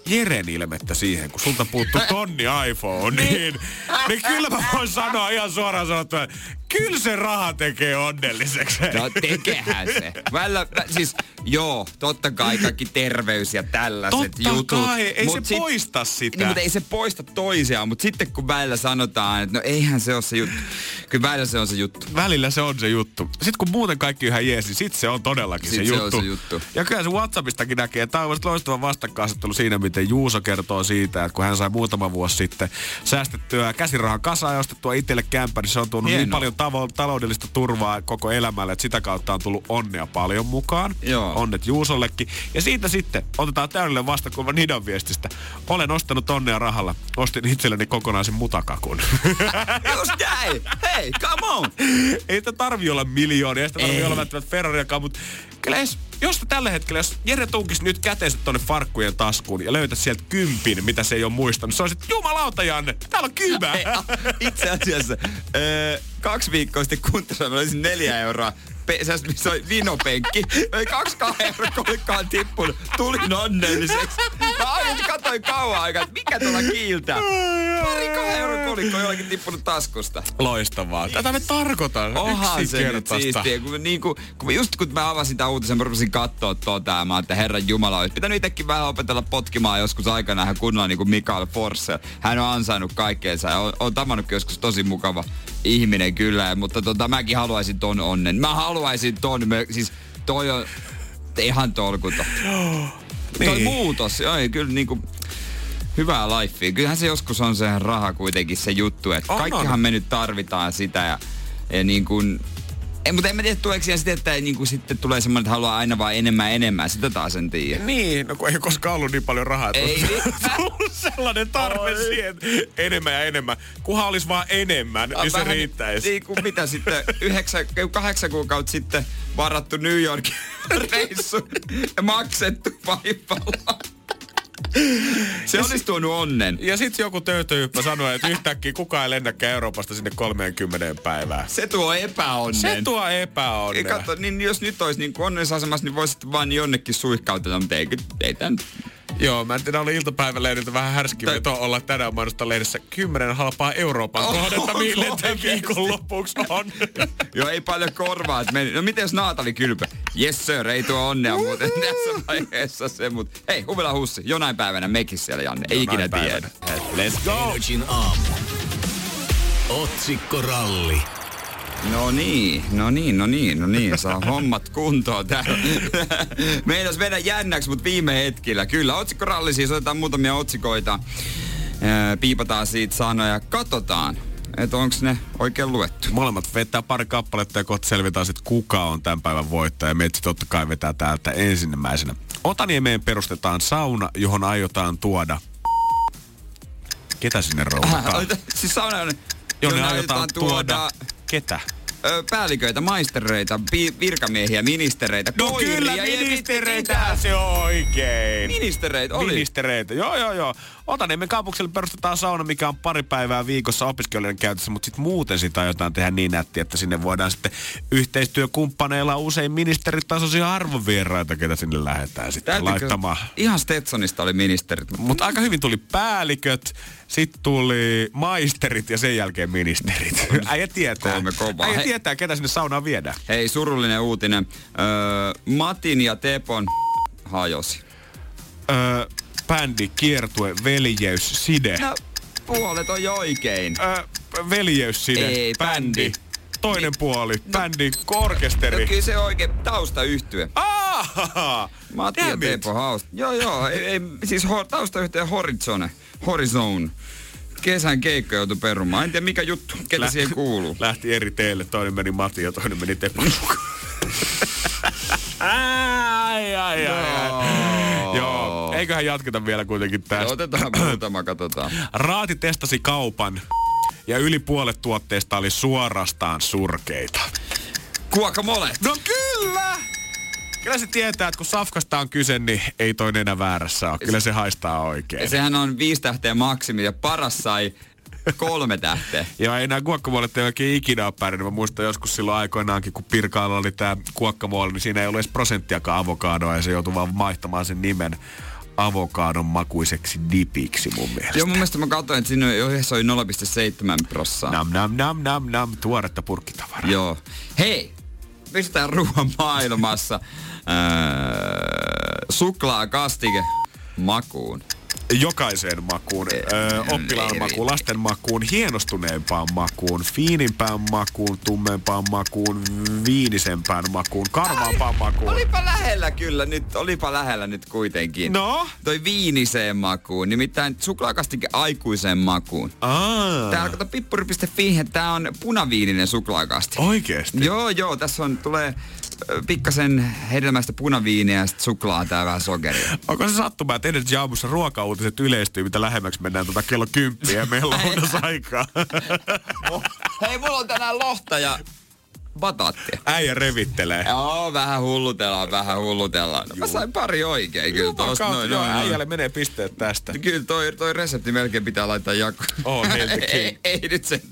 Jeren ilmettä siihen, kun sulta puuttuu tonni iPhone, niin, niin kyllä mä voin sanoa ihan suoraan sanottuna, että kyllä se raha tekee onnelliseksi. No tekehän se. Välillä, siis joo, totta kai kaikki terveys ja tällaiset totta jutut. Totta kai, ei mut se sit, poista sitä. Niin, mutta ei se poista toisiaan, mutta sitten kun välillä sanotaan, että no eihän se ole se juttu. Kyllä välillä se on se juttu. Välillä se on se juttu. Sitten kun muuten kaikki ihan jees, niin sit se on todellakin se, se, juttu. on se juttu. Ja kyllä se WhatsAppistakin näkee, että tämä on loistava vastakkainasettelu siinä, miten Juuso kertoo siitä, että kun hän sai muutama vuosi sitten säästettyä käsirahan kasaan ja ostettua itselle kämpä, niin se on tuonut Hieno. niin paljon tavo- taloudellista turvaa koko elämälle, että sitä kautta on tullut onnea paljon mukaan. Joo. Onnet Juusollekin. Ja siitä sitten otetaan täydellinen vastakulma Nidan viestistä. Olen ostanut onnea rahalla. Ostin itselleni kokonaisen mutakakun. Just näin! Hei, come on! Ei sitä tarvi olla miljoonia, ei sitä tarvi olla välttämättä Ferrariakaan, mutta kyllä jos, jos tällä hetkellä, jos Jere tunkisi nyt käteensä tonne farkkujen taskuun ja löytäisi sieltä kympin, mitä se ei ole muistanut, se olisi, että jumalauta Janne, täällä on kymä! Itse asiassa, öö, kaksi viikkoa sitten kuntosalilla olisin neljä euroa. Pe- missä oli vinopenkki. Ei kaksi kahden euron kolikkaan tippunut. Tulin onnelliseksi. Mä aina katsoin kauan aikaa, että mikä tuolla kiiltää. Pari kahden euron kolikko jollakin tippunut taskusta. Loistavaa. Tätä me tarkoitan. Onhan se nyt siistiä. Kun, niin kun, kun just kun mä avasin tämän uutisen, mä rupesin katsoa tota. Mä että Herran Jumala, olisi pitänyt itsekin vähän opetella potkimaan joskus aikanaan hän kunnolla niin kuin Mikael Forssell. Hän on ansainnut kaikkeensa ja on, on tavannutkin joskus tosi mukava ihminen kyllä. Mutta tota, mäkin haluaisin ton onnen. Mä haluaisin ton. Me, siis toi on ihan tolkuta. Niin. Toi muutos. Ei, kyllä niinku hyvää lifea. Kyllähän se joskus on se raha kuitenkin se juttu. Että on, kaikkihan on. me nyt tarvitaan sitä ja, ja niin kuin... Ei, mutta en mä tiedä, tuleeko siihen sitten, että niin kuin sitten tulee semmoinen, että haluaa aina vaan enemmän enemmän. Sitä taas en tiedä. Niin, no kun ei koskaan ollut niin paljon rahaa. Ei. Tullut sellainen tarve Oi. siihen enemmän ja enemmän. Kunhan olisi vaan enemmän, niin se riittäisi. Niin kuin mitä sitten, yhdeksän, kahdeksan kuukautta sitten varattu New Yorkin reissu ja maksettu vaipalla. Se olisi tuonut onnen. Ja sit joku töytöyppä sanoi, että yhtäkkiä kukaan ei lennäkään Euroopasta sinne kolmeenkymmeneen päivään. Se tuo epäonnen. Se tuo epäonnen. Katso, niin jos nyt olisi niin onnellisasemassa, niin voisit vaan jonnekin suihkautella, mutta ei, ei tämän... Joo, mä en tiedä, oli iltapäivälehdiltä vähän härski veto olla tänään mainosta lehdessä kymmenen halpaa Euroopan kohdetta, oh, mille tämän viikon lopuksi on. Joo, ei paljon korvaa. No miten jos Naatali kylpä? Yes sir, ei tuo onnea muuten tässä vaiheessa se, mutta hei, Huvila Hussi, jonain päivänä mekin siellä, Janne, ei ikinä tiedä. Let's go! Energin aamu. Otsikkoralli. No niin, no niin, no niin, no niin, saa hommat kuntoon täällä. Meinas mennä jännäksi, mutta viime hetkillä. Kyllä, otsikkoralli siis, otetaan muutamia otsikoita, piipataan siitä sanoja, katsotaan, että onko ne oikein luettu. Molemmat vetää pari kappaletta ja kohta selvitään sitten, kuka on tämän päivän voittaja. Meitsi totta kai vetää täältä ensimmäisenä. Otaniemeen perustetaan sauna, johon aiotaan tuoda... Ketä sinne rouvataan? Äh, siis sauna, jonne jonne aiotaan aiotaan tuoda... tuoda... Ketä? Päälliköitä, maistereita, pi- virkamiehiä, ministereitä, no koiria, kyllä, ministereitä se on oikein. Ministereitä oli. Ministereitä, joo joo joo. Otaniemen kampukselle perustetaan sauna, mikä on pari päivää viikossa opiskelijoiden käytössä, mutta sitten muuten sitä aiotaan tehdä niin nätti, että sinne voidaan sitten yhteistyökumppaneilla usein ministeritasoisia arvovieraita, ketä sinne lähdetään sitten Täytyykö, laittamaan. Ihan Stetsonista oli ministerit. Mutta aika hyvin tuli päälliköt, sitten tuli maisterit ja sen jälkeen ministerit. Äijä tietää. Kolme kovaa. Äijä tietää, ketä sinne saunaan viedään. Hei, surullinen uutinen. Öö, Matin ja Tepon hajosi. Öö, bändi, kiertue, veljeys, side. No, puolet on jo oikein. Öö, veljeys, side, ei, bändi. bändi. Toinen Mi- puoli, no, bändi, orkesteri. No kyllä se oikein taustayhtye. Ah! Matti ja Tepo hausta. Joo, joo. Ei, ei, siis ho, taustayhtye Horizone. Horizon. Kesän keikka joutui perumaan. En tiedä mikä juttu, ketä Läht, siihen kuuluu. Lähti eri teille. Toinen meni Matti ja toinen meni Tepon mukaan. ai, ai, ai, ai. Joo. Eiköhän jatketa vielä kuitenkin tästä. Otetaan muutama, katsotaan. Raati testasi kaupan ja yli puolet tuotteista oli suorastaan surkeita. Guacamole. No kyllä! Kyllä se tietää, että kun safkasta on kyse, niin ei toinen enää väärässä ole. Kyllä se haistaa oikein. Ja sehän on viisi tähteä maksimi ja paras sai kolme tähteä. Joo, ei nää guaccamolet ei oikein ikinä ole pärjännyt. Mä muistan joskus silloin aikoinaankin, kun Pirkaalla oli tää guacamole, niin siinä ei ollut edes prosenttiakaan avokadoa ja se joutui vaan vaihtamaan sen nimen avokadon makuiseksi dipiksi mun mielestä. Joo, mun mielestä mä katsoin, että siinä yhdessä oli nolla pilkku seitsemän prossaa. Nam, nam, nam, nam, nam, tuoretta purkkitavaraa. Joo. Hei, pistetään ruoan maailmassa öö, suklaakastike makuun. Jokaiseen makuun, öö, oppilaan makuun, lasten makuun, hienostuneempaan makuun, fiinimpään makuun, tummempaan makuun, viinisempään makuun, karvaampaan makuun. Olipa lähellä kyllä nyt, olipa lähellä nyt kuitenkin. No? Toi viiniseen makuun, nimittäin suklaakastike aikuiseen makuun. Aa. Tää kato pippuri piste fi, tää on punaviininen suklaakastike. Oikeesti? Joo, joo, tässä on, tulee pikkasen hedelmäistä punaviiniä ja sit suklaa tää vähän sokeria. Onko se sattumaa, että Energy aamussa ruokauutiset yleistyy, mitä lähemmäksi mennään tuota kello kymppiä ja meillä on lounasaikaa? Oh, hei, mulla on tänään lohta ja bataattia. Äijä revittelee. Joo, vähän hullutellaan, vähän hullutellaan. No, mä sain pari oikein kyllä tosta. Noin, noin, äijälle menee pisteet tästä. Kyllä toi, toi resepti melkein pitää laittaa jakoon. Oh, heiltä ei, ei nyt sen.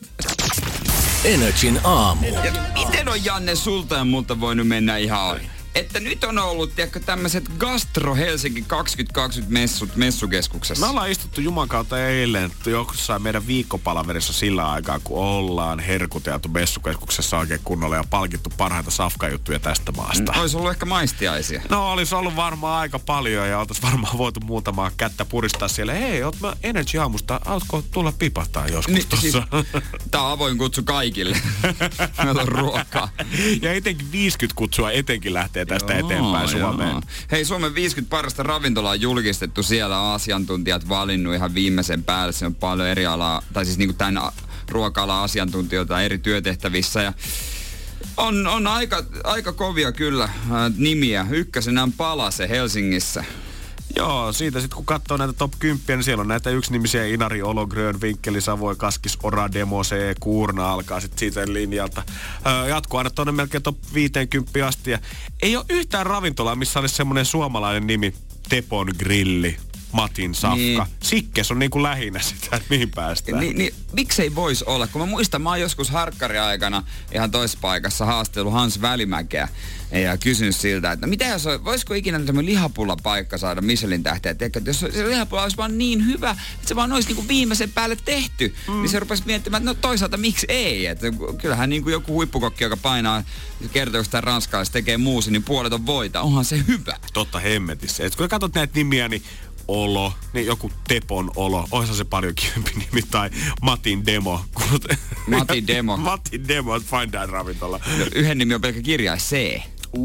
Energin aamu. Ja miten on Janne sulta ja multa voinut mennä ihan ohi? Että nyt on ollut, tiedätkö, tämmöiset Gastro Helsinki kaksituhattakaksikymmentä messut messukeskuksessa. Me ollaan istuttu Juman kautta eilen jossain meidän viikkopalaverissa sillä aikaa, kun ollaan herkuteltu messukeskuksessa oikein kunnolla ja palkittu parhaita safkajuttuja tästä maasta. Mm, ois ollut ehkä maistiaisia. No, olisi ollut varmaan aika paljon ja oltais varmaan voitu muutamaa kättä puristaa siellä. Hei, oot mä Energy aamusta, haluatko tulla pipahtaa joskus niin, tossa? Siis, tää on avoin kutsu kaikille. Meillä on ruokaa. Ja etenkin viisikymmentä kutsua etenkin lähtee tästä joo, eteenpäin Suomeen. Joo. Hei, Suomen viisikymmentä parasta ravintolaa on julkistettu. Siellä asiantuntijat valinnut ihan viimeisen päälle. Se on paljon eri alaa, tai siis niinku tämän ruoka-alan asiantuntijoita eri työtehtävissä. Ja on, on aika, aika kovia kyllä äh, nimiä. Ykkösenä on Palase Helsingissä. Joo, siitä sitten kun katsoo näitä top kymmenen, niin siellä on näitä yksinimisiä Inari, Olo, Grön, Vinkkeli, Savoi, Kaskis, Ora, Demo, C, Kuurna alkaa sitten siitä linjalta. Öö, jatkuu aina tuonne melkein top viisikymmentä asti. Ja ei ole yhtään ravintolaa, missä olisi semmoinen suomalainen nimi, Tepon Grilli, Matin Safka. Niin. Sikkes on niinku lähinnä sitä, että mihin päästään. Ni, niin, miksei vois olla? Kun mä muistan, mä oon joskus harkkari-aikana ihan toisessa paikassa haastellut Hans Välimäkeä ja kysynyt siltä, että mitä jos on, voisiko ikinä tämmöinen lihapulla-paikka saada Michelin tähteä? Tiedätkö, että jos se lihapulla olisi vaan niin hyvä, että se vaan olisi niinku viimeisen päälle tehty, mm. niin se rupesi miettimään, että no toisaalta miksi ei? Että kyllähän niinku joku huippukokki, joka painaa, kertoo, kun sitä ranskalaista tekee muusi, niin puolet on voita. Onhan se hyvä. Totta hemmetissä. Et kun katsot näitä nimiä, niin Olo, niin joku Tepon Olo, oishan se paljon kivempi nimi, tai Matin Demo. Matin Demo. Matin Demo, fine dine ravintola. No, yhden nimi on pelkkä kirjais C.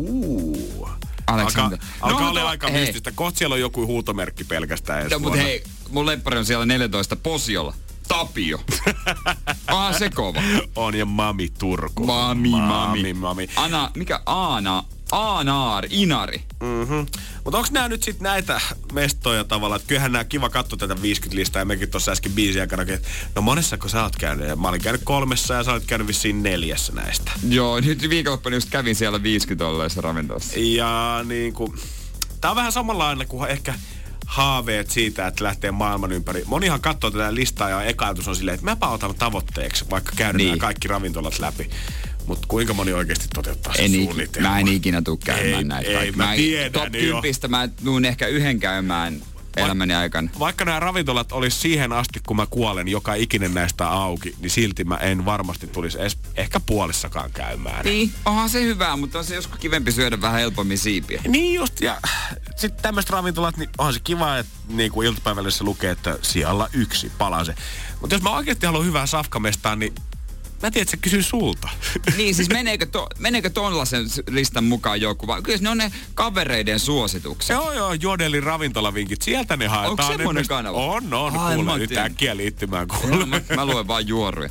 Uuu. Alexander. Alkaa, alkaa no, olla aika hei. mystistä. Kohta siellä on joku huutomerkki pelkästään. No, mutta hei, mun lemppari on siellä neljätoista Posiolla. Tapio. Onhan se kova. On ja Mami Turku. Mami, mami. Mami, mami. Ana, mikä Aana? Aanaar, Inari. Mhm. Mutta onko nämä nyt sitten näitä mestoja tavallaan, että kyllähän nämä kiva katsoa tätä viisikymmentä listaa ja mekin tuossa äsken biisiä aikana, että no monessako sä oot käynyt? Ja mä olin käynyt kolmessa ja sä olet käynyt vissiin neljässä näistä. Joo, nyt viikonloppuna just kävin siellä viisikymmentä olleessa ravintolassa. Ja niinku, tää on vähän samanlainen kuin ehkä haaveet siitä, että lähtee maailman ympäri. Monihan katsoo tätä listaa ja eka ajatus on silleen, että mäpä otan tavoitteeksi, vaikka käydään niin. nämä kaikki ravintolat läpi. Mutta kuinka moni oikeasti toteuttaa sen suunnitelman? Mä en ikinä tule käymään ei, näitä. Ei, mä, mä tiedän top kymmenestä mä tuun ehkä yhden käymään elämäni aikana. Vaikka nämä ravintolat olisi siihen asti, kun mä kuolen, joka ikinen näistä auki, niin silti mä en varmasti tulisi edes ehkä puolissakaan käymään. Niin, onhan se hyvää, mutta on se joskus kivempi syödä vähän helpommin siipiä. Niin just, ja sitten tämmöiset ravintolat, niin onhan se kiva, että niin kuin iltapäivällä se lukee, että sijalla yksi Palase. Mutta jos mä oikeasti haluan hyvää safkamestaa, niin mä tiedän, että se kysyy sulta. Niin, siis meneekö, to, meneekö tollasen listan mukaan joku? Vai kyllä ne on ne kavereiden suositukset. Joo, joo, Jodelin ravintolavinkit. Sieltä ne haetaan. Onko semmoinen ne kanava? On, on. Ai, kuule, nyt äkkiä liittymään kuule. Mä, mä luen vaan juoruja.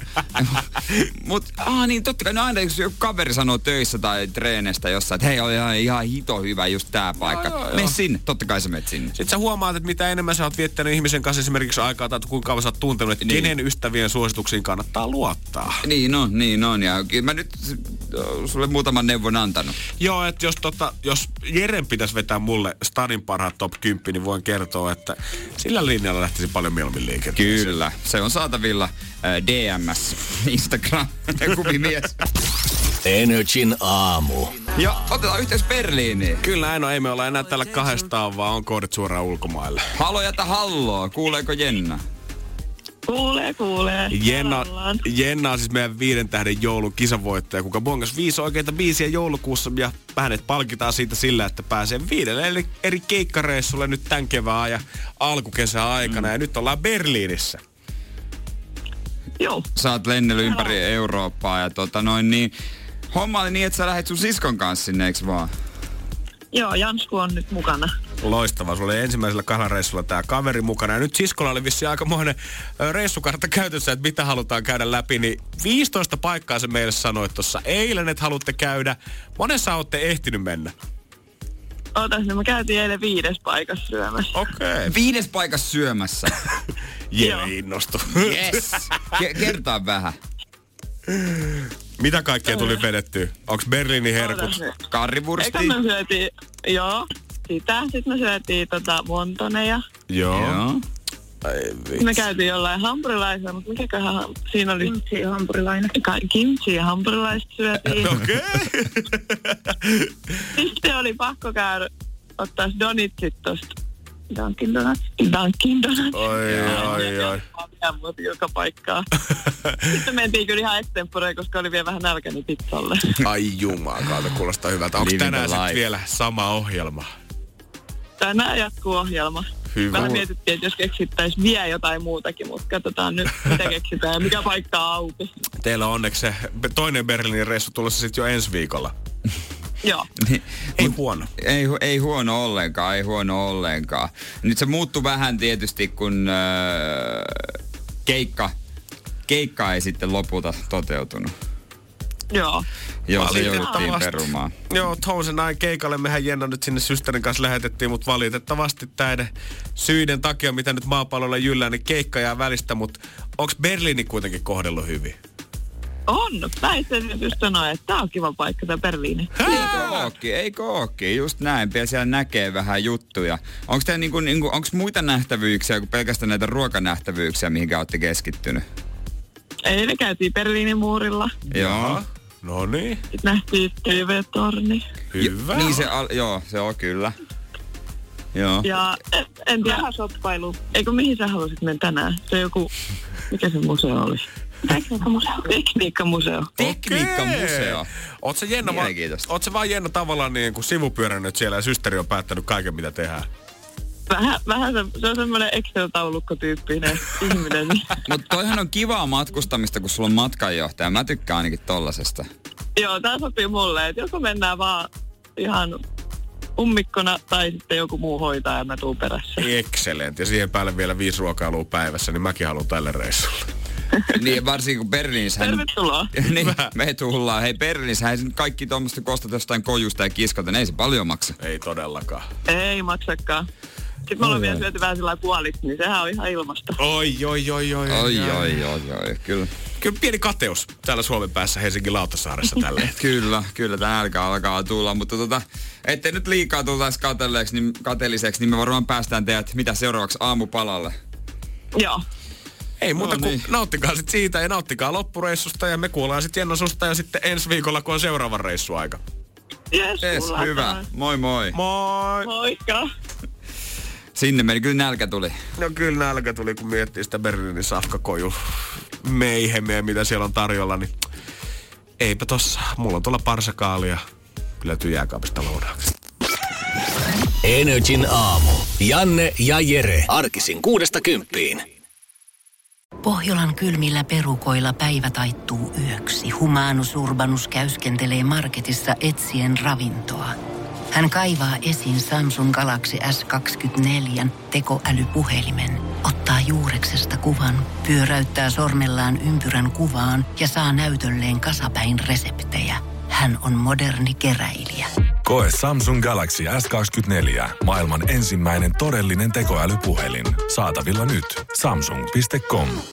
Mut, ah niin, totta kai. No aina, jos joku kaveri sanoo töissä tai treenestä jossain, että hei, oli ihan, ihan hito hyvä just tää paikka. Joo, joo, Mene sinne. Totta kai sä menet sinne. Sitten sä huomaat, että mitä enemmän sä oot viettänyt ihmisen kanssa esimerkiksi aikaa, tai kuinka kauan sä oot tuntenut, että niin. kenen ystävien suosituksiin kannattaa luottaa. Niin on, niin on. Ja kyllä mä nyt sulle muutaman neuvon antanut. Joo, että jos, tota, jos Jeren pitäisi vetää mulle Stadin parhaat top kymmenen, niin voin kertoa, että sillä linjalla lähtisi paljon mieluummin liikenteeseen. Kyllä, se on saatavilla äh, D M S, Instagram, kuvimies. Energin aamu. Ja otetaan yhteys Berliiniin. Kyllä näin on, ei me olla enää täällä kahdestaan, vaan on koodit suoraan ulkomaille. Halo jätä halloa, kuuleeko Jenna? Kuulee, kuulee. Jenna, Jenna on siis meidän viiden tähden joulun kisavoittaja, kuka bongas viisi oikeita biisiä joulukuussa ja hänet palkitaan siitä sillä, että pääsee viidelle eri, eri keikkareissulle nyt tämän kevään ja alkukesän aikana. Mm. Ja nyt ollaan Berliinissä. Joo. Sä oot lennellyt ympäri Eurooppaa ja tota noin niin. Homma oli niin, että sä lähet sun siskon kanssa sinne, eiks vaan? Joo, Jansku on nyt mukana. Loistavaa. Sulla oli ensimmäisellä kahdella reissulla tää kaveri mukana. Ja nyt siskolla oli vissiin aikamoinen reissukartta käytössä, että mitä halutaan käydä läpi. Niin viisitoista paikkaa se meille sanoi tuossa eilen, että haluatte käydä. Monessa olette ehtinyt mennä? Ootas, niin me käytiin eilen viides paikassa syömässä. Okei. Okay. Viides paikassa syömässä. Jere innostui. Yes. Ke- kertaa vähän. Mitä kaikkea tuli vedettyä? Onks Berliinin herkut? Karrivursti? Eikä me syötiin, joo, sitä. Sitten me syötiin tota Montoneja. Joo. joo. Ai vitsi. Me käytiin jollain hampurilaisella, mutta mikäköhän siinä oli? Kimchi ja hampurilainen. Kimchi ja hampurilaista syötiin. Okei. Okay. Sitten oli pakko käydä ottaa donitsit tosta. Dunkin Donuts. Dunkin Donuts. Oi, oi, oi. Mutta joka paikkaa. Sitten mentiin kyllä ihan extemporeen, koska oli vielä vähän nälkäni pizzalle. Ai jumakauta, kuulostaa hyvältä. Onko tänään sitten vielä sama ohjelma? Tänään jatkuu ohjelma. Hyvä. Vähän mietittiin, että jos keksittäisiin vielä jotain muutakin, mutta katsotaan nyt, mitä keksitään ja mikä paikka on auki. Teillä on onneksi se toinen Berliinin reissu tulossa sitten jo ensi viikolla. Joo. Niin, ei huono. Ei, ei huono ollenkaan, ei huono ollenkaan. Nyt se muuttui vähän tietysti, kun äh, keikka, keikka ei sitten lopulta toteutunut. Joo. Joo, se jouduttiin perumaan. Joo, Thousand Nine keikalle mehän Jenna nyt sinne systerin kanssa lähetettiin, mutta valitettavasti näiden syiden takia, mitä nyt maapallolla jyllää, niin keikka jää välistä, mutta onko Berliini kuitenkin kohdellut hyvin? On. Mä itse just sanoin, että tää on kiva paikka, tää Berliini. Eikö ookin, eikö ookin. Just näin. Vielä siellä näkee vähän juttuja. Onko teillä niinku, niinku, onks muita nähtävyyksiä kuin pelkästään näitä ruokanähtävyyksiä, mihinkä olette keskittynyt? Ei, me käytiin Berliinin muurilla. Joo. No niin. Sitten nähtiin T V-torni. Hyvä. Jo, niin se, al- joo, se on kyllä. Joo. Ja en, en tiedä. Vähän shoppailu. Eikö mihin sä haluaisit mennä tänään? Se joku, mikä se museo olisi? Tekniikkamuseo. Tekniikkamuseo. Tekniikkamuseo. Oot sä Jenna, va- oot sä vaan Jenna tavallaan niin kuin sivupyörännyt siellä ja systeri on päättänyt kaiken mitä tehdään? Vähän, vähän se, se on semmoinen Excel-taulukkotyyppinen ihminen. Mutta toihan on kivaa matkustamista, kun sulla on matkanjohtaja. Mä tykkään ainakin tollasesta. Joo, tää sopii mulle, että joko mennään vaan ihan ummikkona tai sitten joku muu hoitaa ja mä tuun perässä. Excellent. Ja siihen päälle vielä viisi ruokailua päivässä, niin mäkin haluan tälle reissulle. Niin, varsinkin kun Berliinissähän... Tervetuloa. Niin, me tullaan. Hei, Berliinissähän ei kaikki tuommoista kostat jostain kojusta ja kiskalta, ne ei se paljon maksa. Ei todellakaan. Ei maksakaan. Sitten me ollaan vielä syöty vähän sellainen puoliksi, niin sehän on ihan ilmasta. Oi, oi, oi, oi. Oi, oi, oi, oi, kyllä. Kyllä pieni kateus täällä Suomen päässä Helsingin Lauttasaaressa tällä Kyllä, kyllä, tää nälkä alkaa tulla, mutta tota, ettei nyt liikaa tultaisi katelleeksi, niin, kateelliseksi, niin me varmaan päästään teidät mitä seuraavaksi aamupalalle. Joo. Ei muuta no kuin niin. nauttikaa sit siitä ja nauttikaa loppureissusta ja me kuullaan sit Jenna susta ja sitten ensi viikolla, kun on seuraavan reissuaika. Yes, yes hyvä. Moi moi. Moi. Moikka. Sinne meni, kyllä nälkä tuli. No kyllä nälkä tuli, kun miettii sitä Berliinin safkakoju meihemiä, mitä siellä on tarjolla, niin eipä tossa. Mulla on tuolla parsakaalia. Kyllä jääkaapista lounaaksi. Energin aamu. Janne ja Jere. Arkisin kuudesta kymppiin. Pohjolan kylmillä perukoilla päivä taittuu yöksi. Humanus Urbanus käyskentelee marketissa etsien ravintoa. Hän kaivaa esiin Samsung Galaxy S kaksikymmentäneljä tekoälypuhelimen, ottaa juureksesta kuvan, pyöräyttää sormellaan ympyrän kuvaan ja saa näytölleen kasapäin reseptejä. Hän on moderni keräilijä. Koe Samsung Galaxy S kaksikymmentäneljä. Maailman ensimmäinen todellinen tekoälypuhelin. Saatavilla nyt. Samsung piste com.